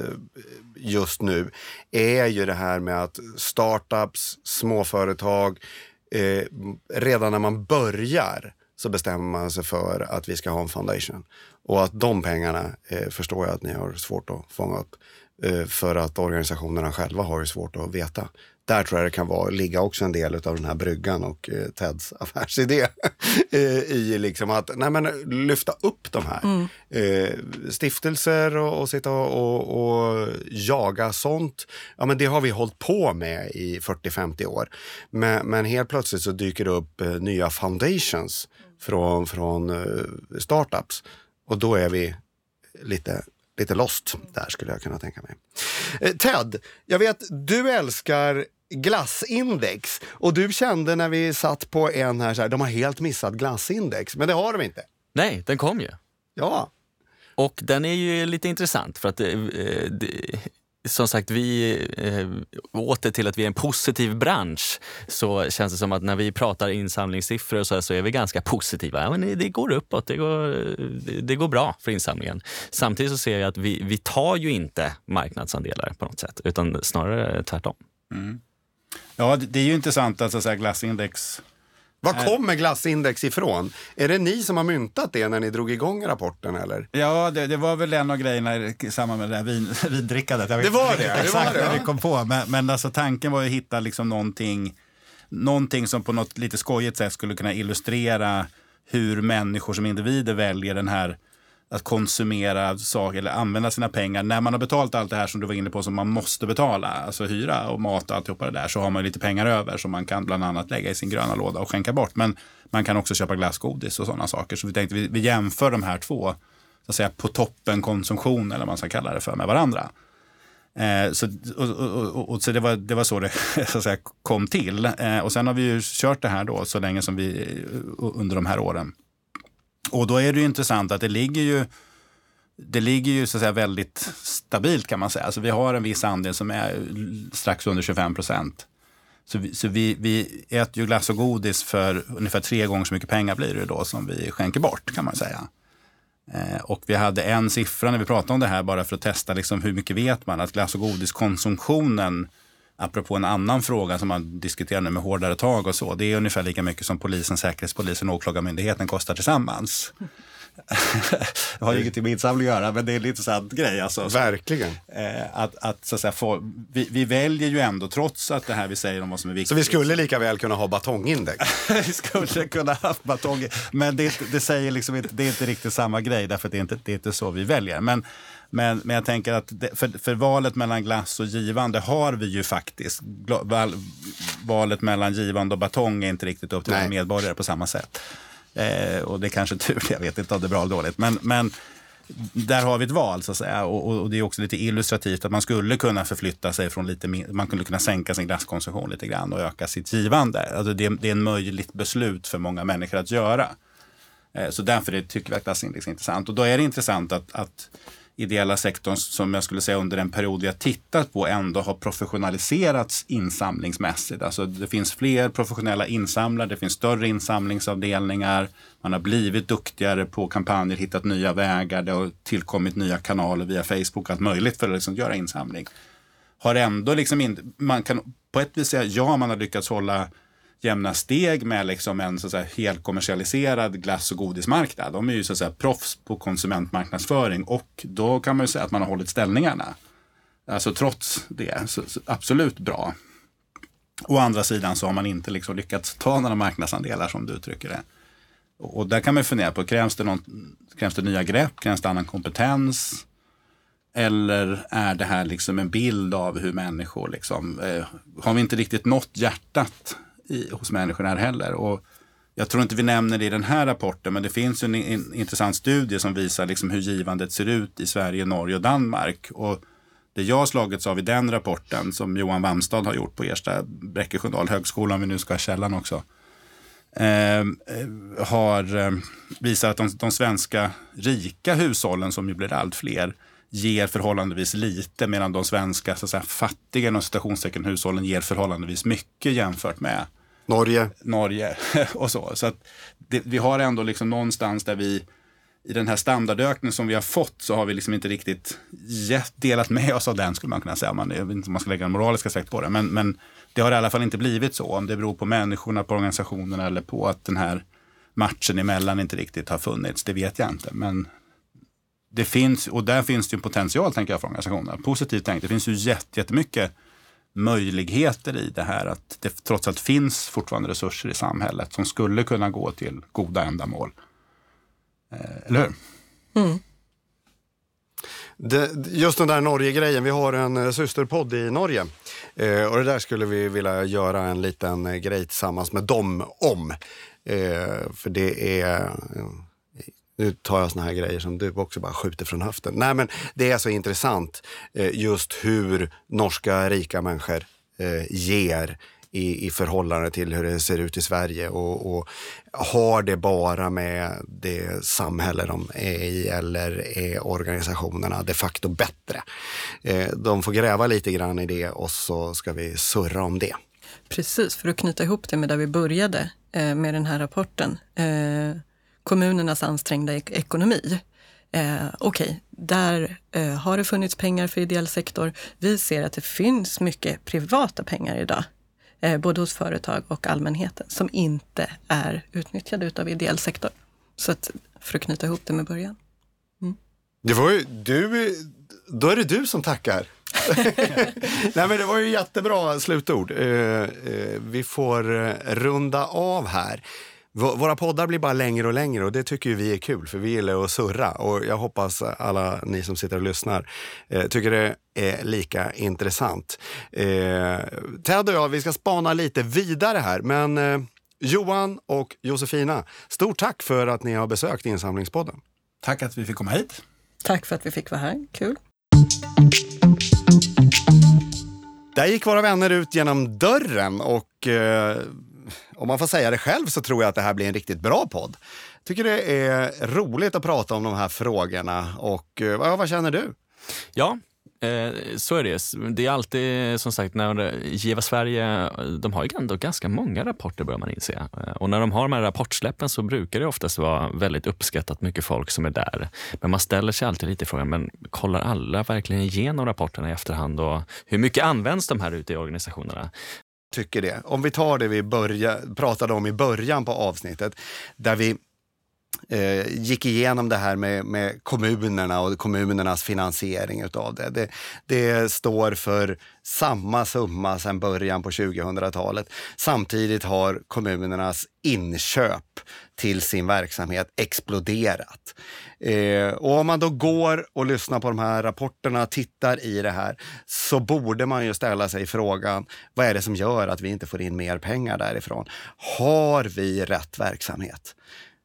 [SPEAKER 3] just nu är ju det här med att startups, småföretag, eh, redan när man börjar så bestämmer man sig för att vi ska ha en foundation. Och att de pengarna eh, förstår jag att ni har svårt att fånga upp. Eh, för att organisationerna själva har ju svårt att veta. Där tror jag det kan vara, ligga också en del av den här bryggan och eh, Teds affärsidé eh, i liksom att nej, men, lyfta upp de här
[SPEAKER 4] Mm.
[SPEAKER 3] eh, stiftelser och, och sitta och, och, och jaga sånt. Ja, men det har vi hållit på med i fyrtio femtio år. Men, men helt plötsligt så dyker det upp eh, nya foundations från, från eh, startups, och då är vi lite Lite lost där, skulle jag kunna tänka mig. Eh, Ted, jag vet du älskar glassindex, och du kände när vi satt på en här så här, de har helt missat glassindex, men det har de inte.
[SPEAKER 2] Nej, den kom ju.
[SPEAKER 3] Ja.
[SPEAKER 2] Och den är ju lite intressant för att eh, det, som sagt, vi eh, åter till att vi är en positiv bransch, så känns det som att när vi pratar insamlingssiffror och så, här, så är vi ganska positiva. Ja, men det går uppåt, det går, det, det går bra för insamlingen. Samtidigt så ser jag att vi, vi tar ju inte marknadsandelar på något sätt, utan snarare tvärtom.
[SPEAKER 1] Mm. Ja, det, det är ju intressant att, så att säga, glassindex.
[SPEAKER 3] Var kommer glassindex ifrån? Är det ni som har myntat det när ni drog igång rapporten, eller?
[SPEAKER 1] Ja, det, det var väl en av grejerna i samband med det här vin, vindrickandet. Jag vet
[SPEAKER 3] Det var
[SPEAKER 1] inte
[SPEAKER 3] det, det
[SPEAKER 1] exakt
[SPEAKER 3] var det,
[SPEAKER 1] när
[SPEAKER 3] ja.
[SPEAKER 1] vi kom på. Men, men alltså, tanken var ju att hitta liksom någonting, någonting som på något lite skojigt sätt skulle kunna illustrera hur människor som individer väljer den här att konsumera saker eller använda sina pengar. När man har betalat allt det här som du var inne på som man måste betala, alltså hyra och mat och alltihopa det där, så har man lite pengar över som man kan bland annat lägga i sin gröna låda och skänka bort. Men man kan också köpa glassgodis och sådana saker. Så vi tänkte vi, vi jämför de här två, så att säga, på toppen konsumtion, eller vad man ska kalla det för, med varandra. Eh, så och, och, och, och, så det, var, det var så det så att säga, kom till. Eh, och sen har vi ju kört det här då så länge som vi under de här åren. Och då är det ju intressant att det ligger ju, det ligger ju så att säga väldigt stabilt, kan man säga. Alltså vi har en viss andel som är strax under tjugofem procent. Så, vi, så vi, vi äter ju glass och godis för ungefär tre gånger så mycket pengar blir det då som vi skänker bort, kan man säga. Eh, och vi hade en siffra när vi pratade om det här, bara för att testa liksom hur mycket vet man att glass- och godiskonsumtionen, apropå en annan fråga som man diskuterar nu med hårdare tag och så, det är ungefär lika mycket som polisen, säkerhetspolisen och åklagarmyndigheten kostar tillsammans. Det har ju inget med insamling att göra, men det är en intressant grej. Alltså.
[SPEAKER 3] Verkligen.
[SPEAKER 1] Eh, att, att, så att säga, få, vi, vi väljer ju ändå, trots att det här vi säger om vad som är viktigt.
[SPEAKER 3] Så vi skulle lika väl kunna ha batongindex?
[SPEAKER 1] Vi skulle kunna ha batong, men det, det säger liksom inte, det är inte riktigt samma grej, därför att det är inte, det är inte så vi väljer. Men, men, men jag tänker att det, för, för valet mellan glass och givande har vi ju faktiskt, val, valet mellan givande och batong är inte riktigt upp till våra medborgare på samma sätt. Eh, och det är kanske tur, jag vet inte om det är bra eller dåligt, men, men där har vi ett val, så att säga, och, och det är också lite illustrativt att man skulle kunna förflytta sig från lite mer, man skulle kunna sänka sin glasskonsumtion lite grann och öka sitt givande. Alltså det, det är en möjligt beslut för många människor att göra. Eh, så därför det, tycker vi att glassindex är intressant. Och då är det intressant att, att ideella sektorn, som jag skulle säga under en period vi har tittat på, ändå har professionaliserats insamlingsmässigt. Alltså det finns fler professionella insamlare, det finns större insamlingsavdelningar, man har blivit duktigare på kampanjer, hittat nya vägar, det har tillkommit nya kanaler via Facebook, allt möjligt för att liksom göra insamling. Har ändå liksom in, man kan på ett vis säga, ja, man har lyckats hålla jämna steg med liksom en så att säga helt kommersialiserad glass- och godismarknad. De är ju så att säga proffs på konsumentmarknadsföring, och då kan man ju säga att man har hållit ställningarna. Alltså trots det, så, så absolut bra. Å andra sidan så har man inte liksom lyckats ta några marknadsandelar, som du uttrycker det. Och, och där kan man fundera på, krävs det, någon, krävs det nya grepp, krävs det annan kompetens? Eller är det här liksom en bild av hur människor liksom, eh, har vi inte riktigt nått hjärtat i, hos människor här heller? Och jag tror inte vi nämner det i den här rapporten, men det finns en, en intressant studie som visar liksom hur givandet ser ut i Sverige, Norge och Danmark. Och det jag har slagits av i den rapporten som Johan Wamstad har gjort på Ersta Bräcke Sköndal högskola, om vi nu ska ha källan också, eh, har eh, visat att de, de svenska rika hushållen, som ju blir allt fler, ger förhållandevis lite, medan de svenska så att säga, fattiga inom citationstecken hushållen ger förhållandevis mycket jämfört med
[SPEAKER 3] Norge.
[SPEAKER 1] Norge och så. Så att det, vi har ändå liksom någonstans där vi i den här standardökningen som vi har fått, så har vi liksom inte riktigt delat med oss av den, skulle man kunna säga. Man, jag vet inte om man ska lägga en moralisk aspekt på det. Men, men det har i alla fall inte blivit så. Om det beror på människorna, på organisationerna eller på att den här matchen emellan inte riktigt har funnits, det vet jag inte. Men det finns, och där finns det ju potential, tänker jag, för organisationerna. Positivt tänkt, det finns ju jätt, jättemycket möjligheter i det här, att det trots allt finns fortfarande resurser i samhället som skulle kunna gå till goda ändamål. Eh, eller hur?
[SPEAKER 4] Mm.
[SPEAKER 3] Det, just den där Norge-grejen, vi har en systerpodd i Norge eh, och det där skulle vi vilja göra en liten grej tillsammans med dem om. Eh, för det är... Nu tar jag såna här grejer som du också bara skjuter från höften. Nej, men det är så intressant eh, just hur norska rika människor eh, ger i, i förhållande till hur det ser ut i Sverige. Och, och har det bara med det samhälle de är i eller är organisationerna de facto bättre. Eh, de får gräva lite grann i det och så ska vi surra om det.
[SPEAKER 4] Precis, för att knyta ihop det med där vi började eh, med den här rapporten. Eh, kommunernas ansträngda ek- ekonomi. Eh, Okej, okay, där eh, har det funnits pengar för ideell sektor. Vi ser att det finns mycket privata pengar idag, eh, både hos företag och allmänheten, som inte är utnyttjade utav ideell sektor. Så att, för att knyta ihop det med början. Mm.
[SPEAKER 3] Det var ju, du, då är det du som tackar. Nej, men det var ju jättebra slutord. Eh, eh, vi får eh, runda av här. Våra poddar blir bara längre och längre och det tycker ju vi är kul, för vi gillar att surra, och jag hoppas alla ni som sitter och lyssnar eh, tycker det är lika intressant. Eh, Ted och jag, vi ska spana lite vidare här, men eh, Johan och Josefina, stort tack för att ni har besökt Insamlingspodden.
[SPEAKER 1] Tack att vi fick komma hit.
[SPEAKER 4] Tack för att vi fick vara här, kul.
[SPEAKER 3] Där gick våra vänner ut genom dörren och eh, om man får säga det själv så tror jag att det här blir en riktigt bra podd. Tycker det är roligt att prata om de här frågorna och ja, vad känner du?
[SPEAKER 2] Ja, eh, så är det. Det är alltid, som sagt, när Giva Sverige, de har ju ändå ganska många rapporter, bör man inse. Och när de har de här rapportsläppen så brukar det oftast vara väldigt uppskattat, mycket folk som är där. Men man ställer sig alltid lite frågan, men kollar alla verkligen igenom rapporterna i efterhand, och hur mycket används de här ute i organisationerna?
[SPEAKER 3] Tycker det. Om vi tar det vi börja, pratade om i början på avsnittet, där vi eh, gick igenom det här med, med kommunerna och kommunernas finansiering utav det. det. Det står för samma summa sedan början på tjugohundratalet. Samtidigt har kommunernas inköp till sin verksamhet exploderat. Eh, och om man då går och lyssnar på de här rapporterna, tittar i det här, så borde man ju ställa sig frågan, vad är det som gör att vi inte får in mer pengar därifrån? Har vi rätt verksamhet?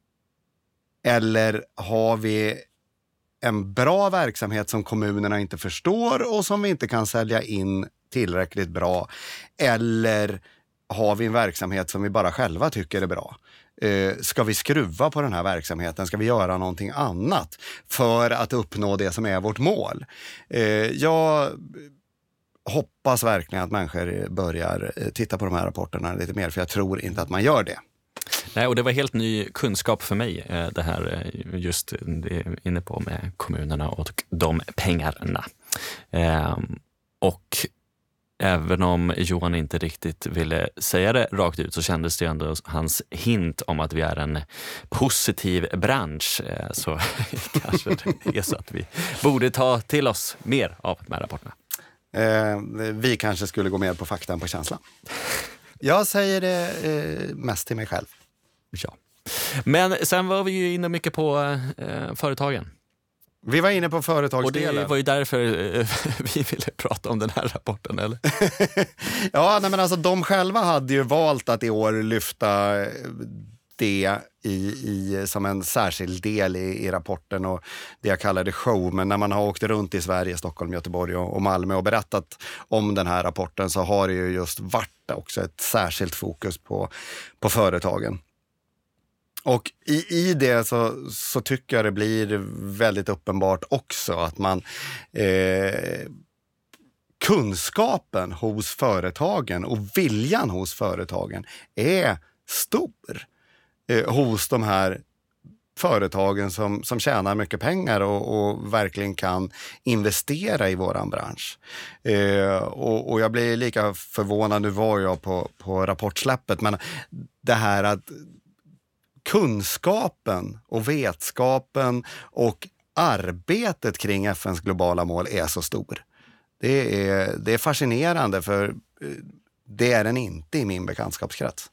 [SPEAKER 3] Eller har vi en bra verksamhet som kommunerna inte förstår och som vi inte kan sälja in tillräckligt bra? Eller har vi en verksamhet som vi bara själva tycker är bra? Eh, ska vi skruva på den här verksamheten? Ska vi göra någonting annat för att uppnå det som är vårt mål? Eh, jag hoppas verkligen att människor börjar titta på de här rapporterna lite mer, för jag tror inte att man gör det.
[SPEAKER 2] Nej, och det var helt ny kunskap för mig, det här just det inne på med kommunerna och de pengarna. Ehm, och även om Johan inte riktigt ville säga det rakt ut, så kändes det ändå hans hint om att vi är en positiv bransch. Så kanske det är så att vi borde ta till oss mer av de här rapporterna.
[SPEAKER 3] Eh, vi kanske skulle gå mer på fakta än på känslan. Jag säger det eh, mest till mig själv.
[SPEAKER 2] Ja. Men sen var vi ju inne mycket på eh, företagen.
[SPEAKER 3] Vi var inne på företagsdelen.
[SPEAKER 2] Och det var ju därför eh, vi ville prata om den här rapporten, eller?
[SPEAKER 3] Ja, nej, men alltså de själva hade ju valt att i år lyfta det i, i, som en särskild del i, i rapporten och det jag kallar det show. Men när man har åkt runt i Sverige, Stockholm, Göteborg och, och Malmö och berättat om den här rapporten så har det ju just varit också ett särskilt fokus på, på företagen. Och i, i det så, så tycker jag det blir väldigt uppenbart också att man eh, kunskapen hos företagen och viljan hos företagen är stor eh, hos de här företagen som, som tjänar mycket pengar och, och verkligen kan investera i våran bransch. Eh, och, och jag blir lika förvånad, nu var jag på, på rapportsläppet, men det här att kunskapen och vetskapen och arbetet kring F N:s globala mål är så stor. Det är, det är fascinerande för det är den inte i min bekantskapskrets.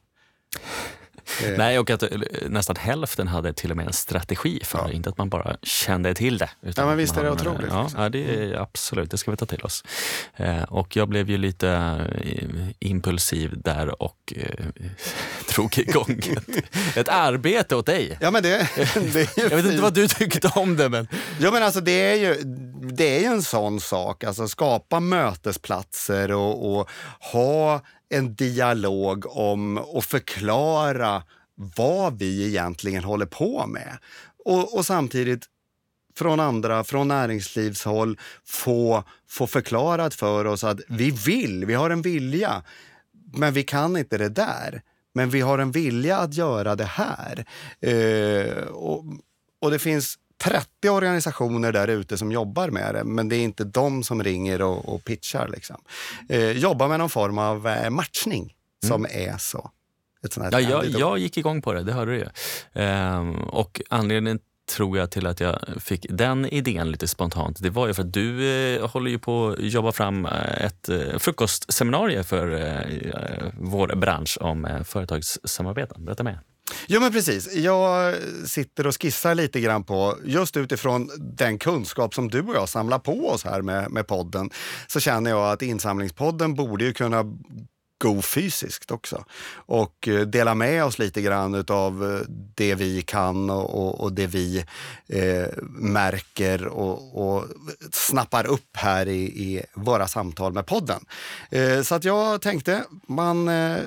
[SPEAKER 2] Nej, och att nästan hälften hade till och med en strategi för
[SPEAKER 3] Ja.
[SPEAKER 2] det. Inte att man bara kände till det. Utan
[SPEAKER 3] Ja, men visst är det
[SPEAKER 2] man,
[SPEAKER 3] otroligt.
[SPEAKER 2] Ja,
[SPEAKER 3] liksom.
[SPEAKER 2] ja, det är absolut. Det ska vi ta till oss. Eh, och jag blev ju lite eh, impulsiv där och eh, drog igång ett, ett arbete åt dig.
[SPEAKER 3] Ja, men det, det är ju
[SPEAKER 2] Jag vet inte
[SPEAKER 3] fint.
[SPEAKER 2] vad du tyckte om det, men...
[SPEAKER 3] Ja, men alltså det är ju, det är ju en sån sak, alltså skapa mötesplatser och, och ha en dialog om och förklara vad vi egentligen håller på med. Och, och samtidigt från andra, från näringslivshåll få, få förklarat för oss att vi vill, vi har en vilja, men vi kan inte det där. Men vi har en vilja att göra det här. Eh, och, och det finns trettio organisationer där ute som jobbar med det, men det är inte de som ringer och, och pitchar. Liksom. Eh, jobba med någon form av eh, matchning som mm. är så. Ett sånt här
[SPEAKER 2] Ja, jag, jag gick igång på det, det hörde du ju. Ehm, och anledningen tror jag till att jag fick den idén lite spontant, det var ju för att du eh, håller ju på att jobba fram ett eh, frukostseminarium för eh, vår bransch om eh, företagssamarbeten. Berätta med.
[SPEAKER 3] Jo, men precis. Jag sitter och skissar lite grann på, just utifrån den kunskap som du och jag samlar på oss här med, med podden, så känner jag att Insamlingspodden borde ju kunna gå fysiskt också och dela med oss lite grann av det vi kan och, och, och det vi eh, märker och, och snappar upp här i, i våra samtal med podden. Eh, så att jag tänkte, man eh,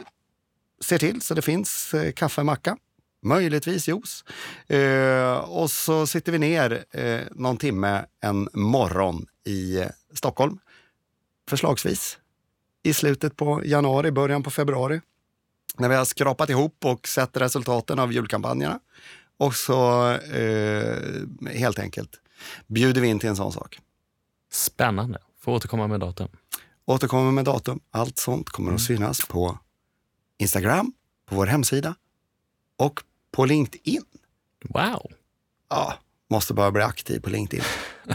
[SPEAKER 3] ser till så det finns eh, kaffe, macka, möjligtvis juice. Eh, och så sitter vi ner eh, någon timme en morgon i eh, Stockholm, förslagsvis i slutet på januari, början på februari. När vi har skrapat ihop och sett resultaten av julkampanjerna. Och så eh, helt enkelt bjuder vi in till en sån sak.
[SPEAKER 2] Spännande. Får återkomma med datum.
[SPEAKER 3] Återkommer med datum. Allt sånt kommer att synas på Instagram, på vår hemsida och på LinkedIn.
[SPEAKER 2] Wow.
[SPEAKER 3] Ja, måste bara bli aktiv på LinkedIn.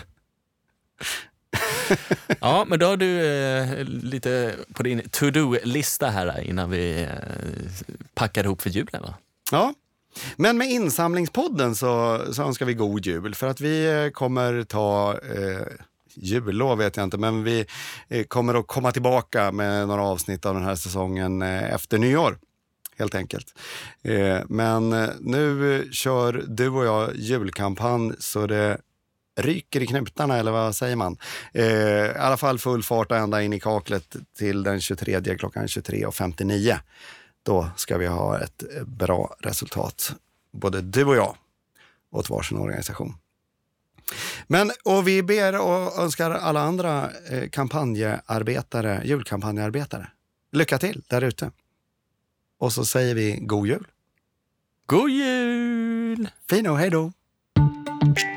[SPEAKER 2] Ja, men då har du eh, lite på din to-do-lista här innan vi eh, packar ihop för julen, va?
[SPEAKER 3] Ja, men med Insamlingspodden så, så önskar vi god jul. För att vi kommer ta, eh, jullov vet jag inte, men vi eh, kommer att komma tillbaka med några avsnitt av den här säsongen eh, efter nyår. Helt enkelt. Eh, men nu kör du och jag julkampanj så det ryker i knutarna, eller vad säger man? Eh, I alla fall full fart ända in i kaklet till den tjugotredje klockan tjugotre och femtionio. Då ska vi ha ett bra resultat, både du och jag, åt varsin organisation. Men, och vi ber och önskar alla andra eh, kampanjarbetare, julkampanjarbetare, lycka till där ute. Och så säger vi god jul.
[SPEAKER 2] God jul!
[SPEAKER 3] Fino, hej då!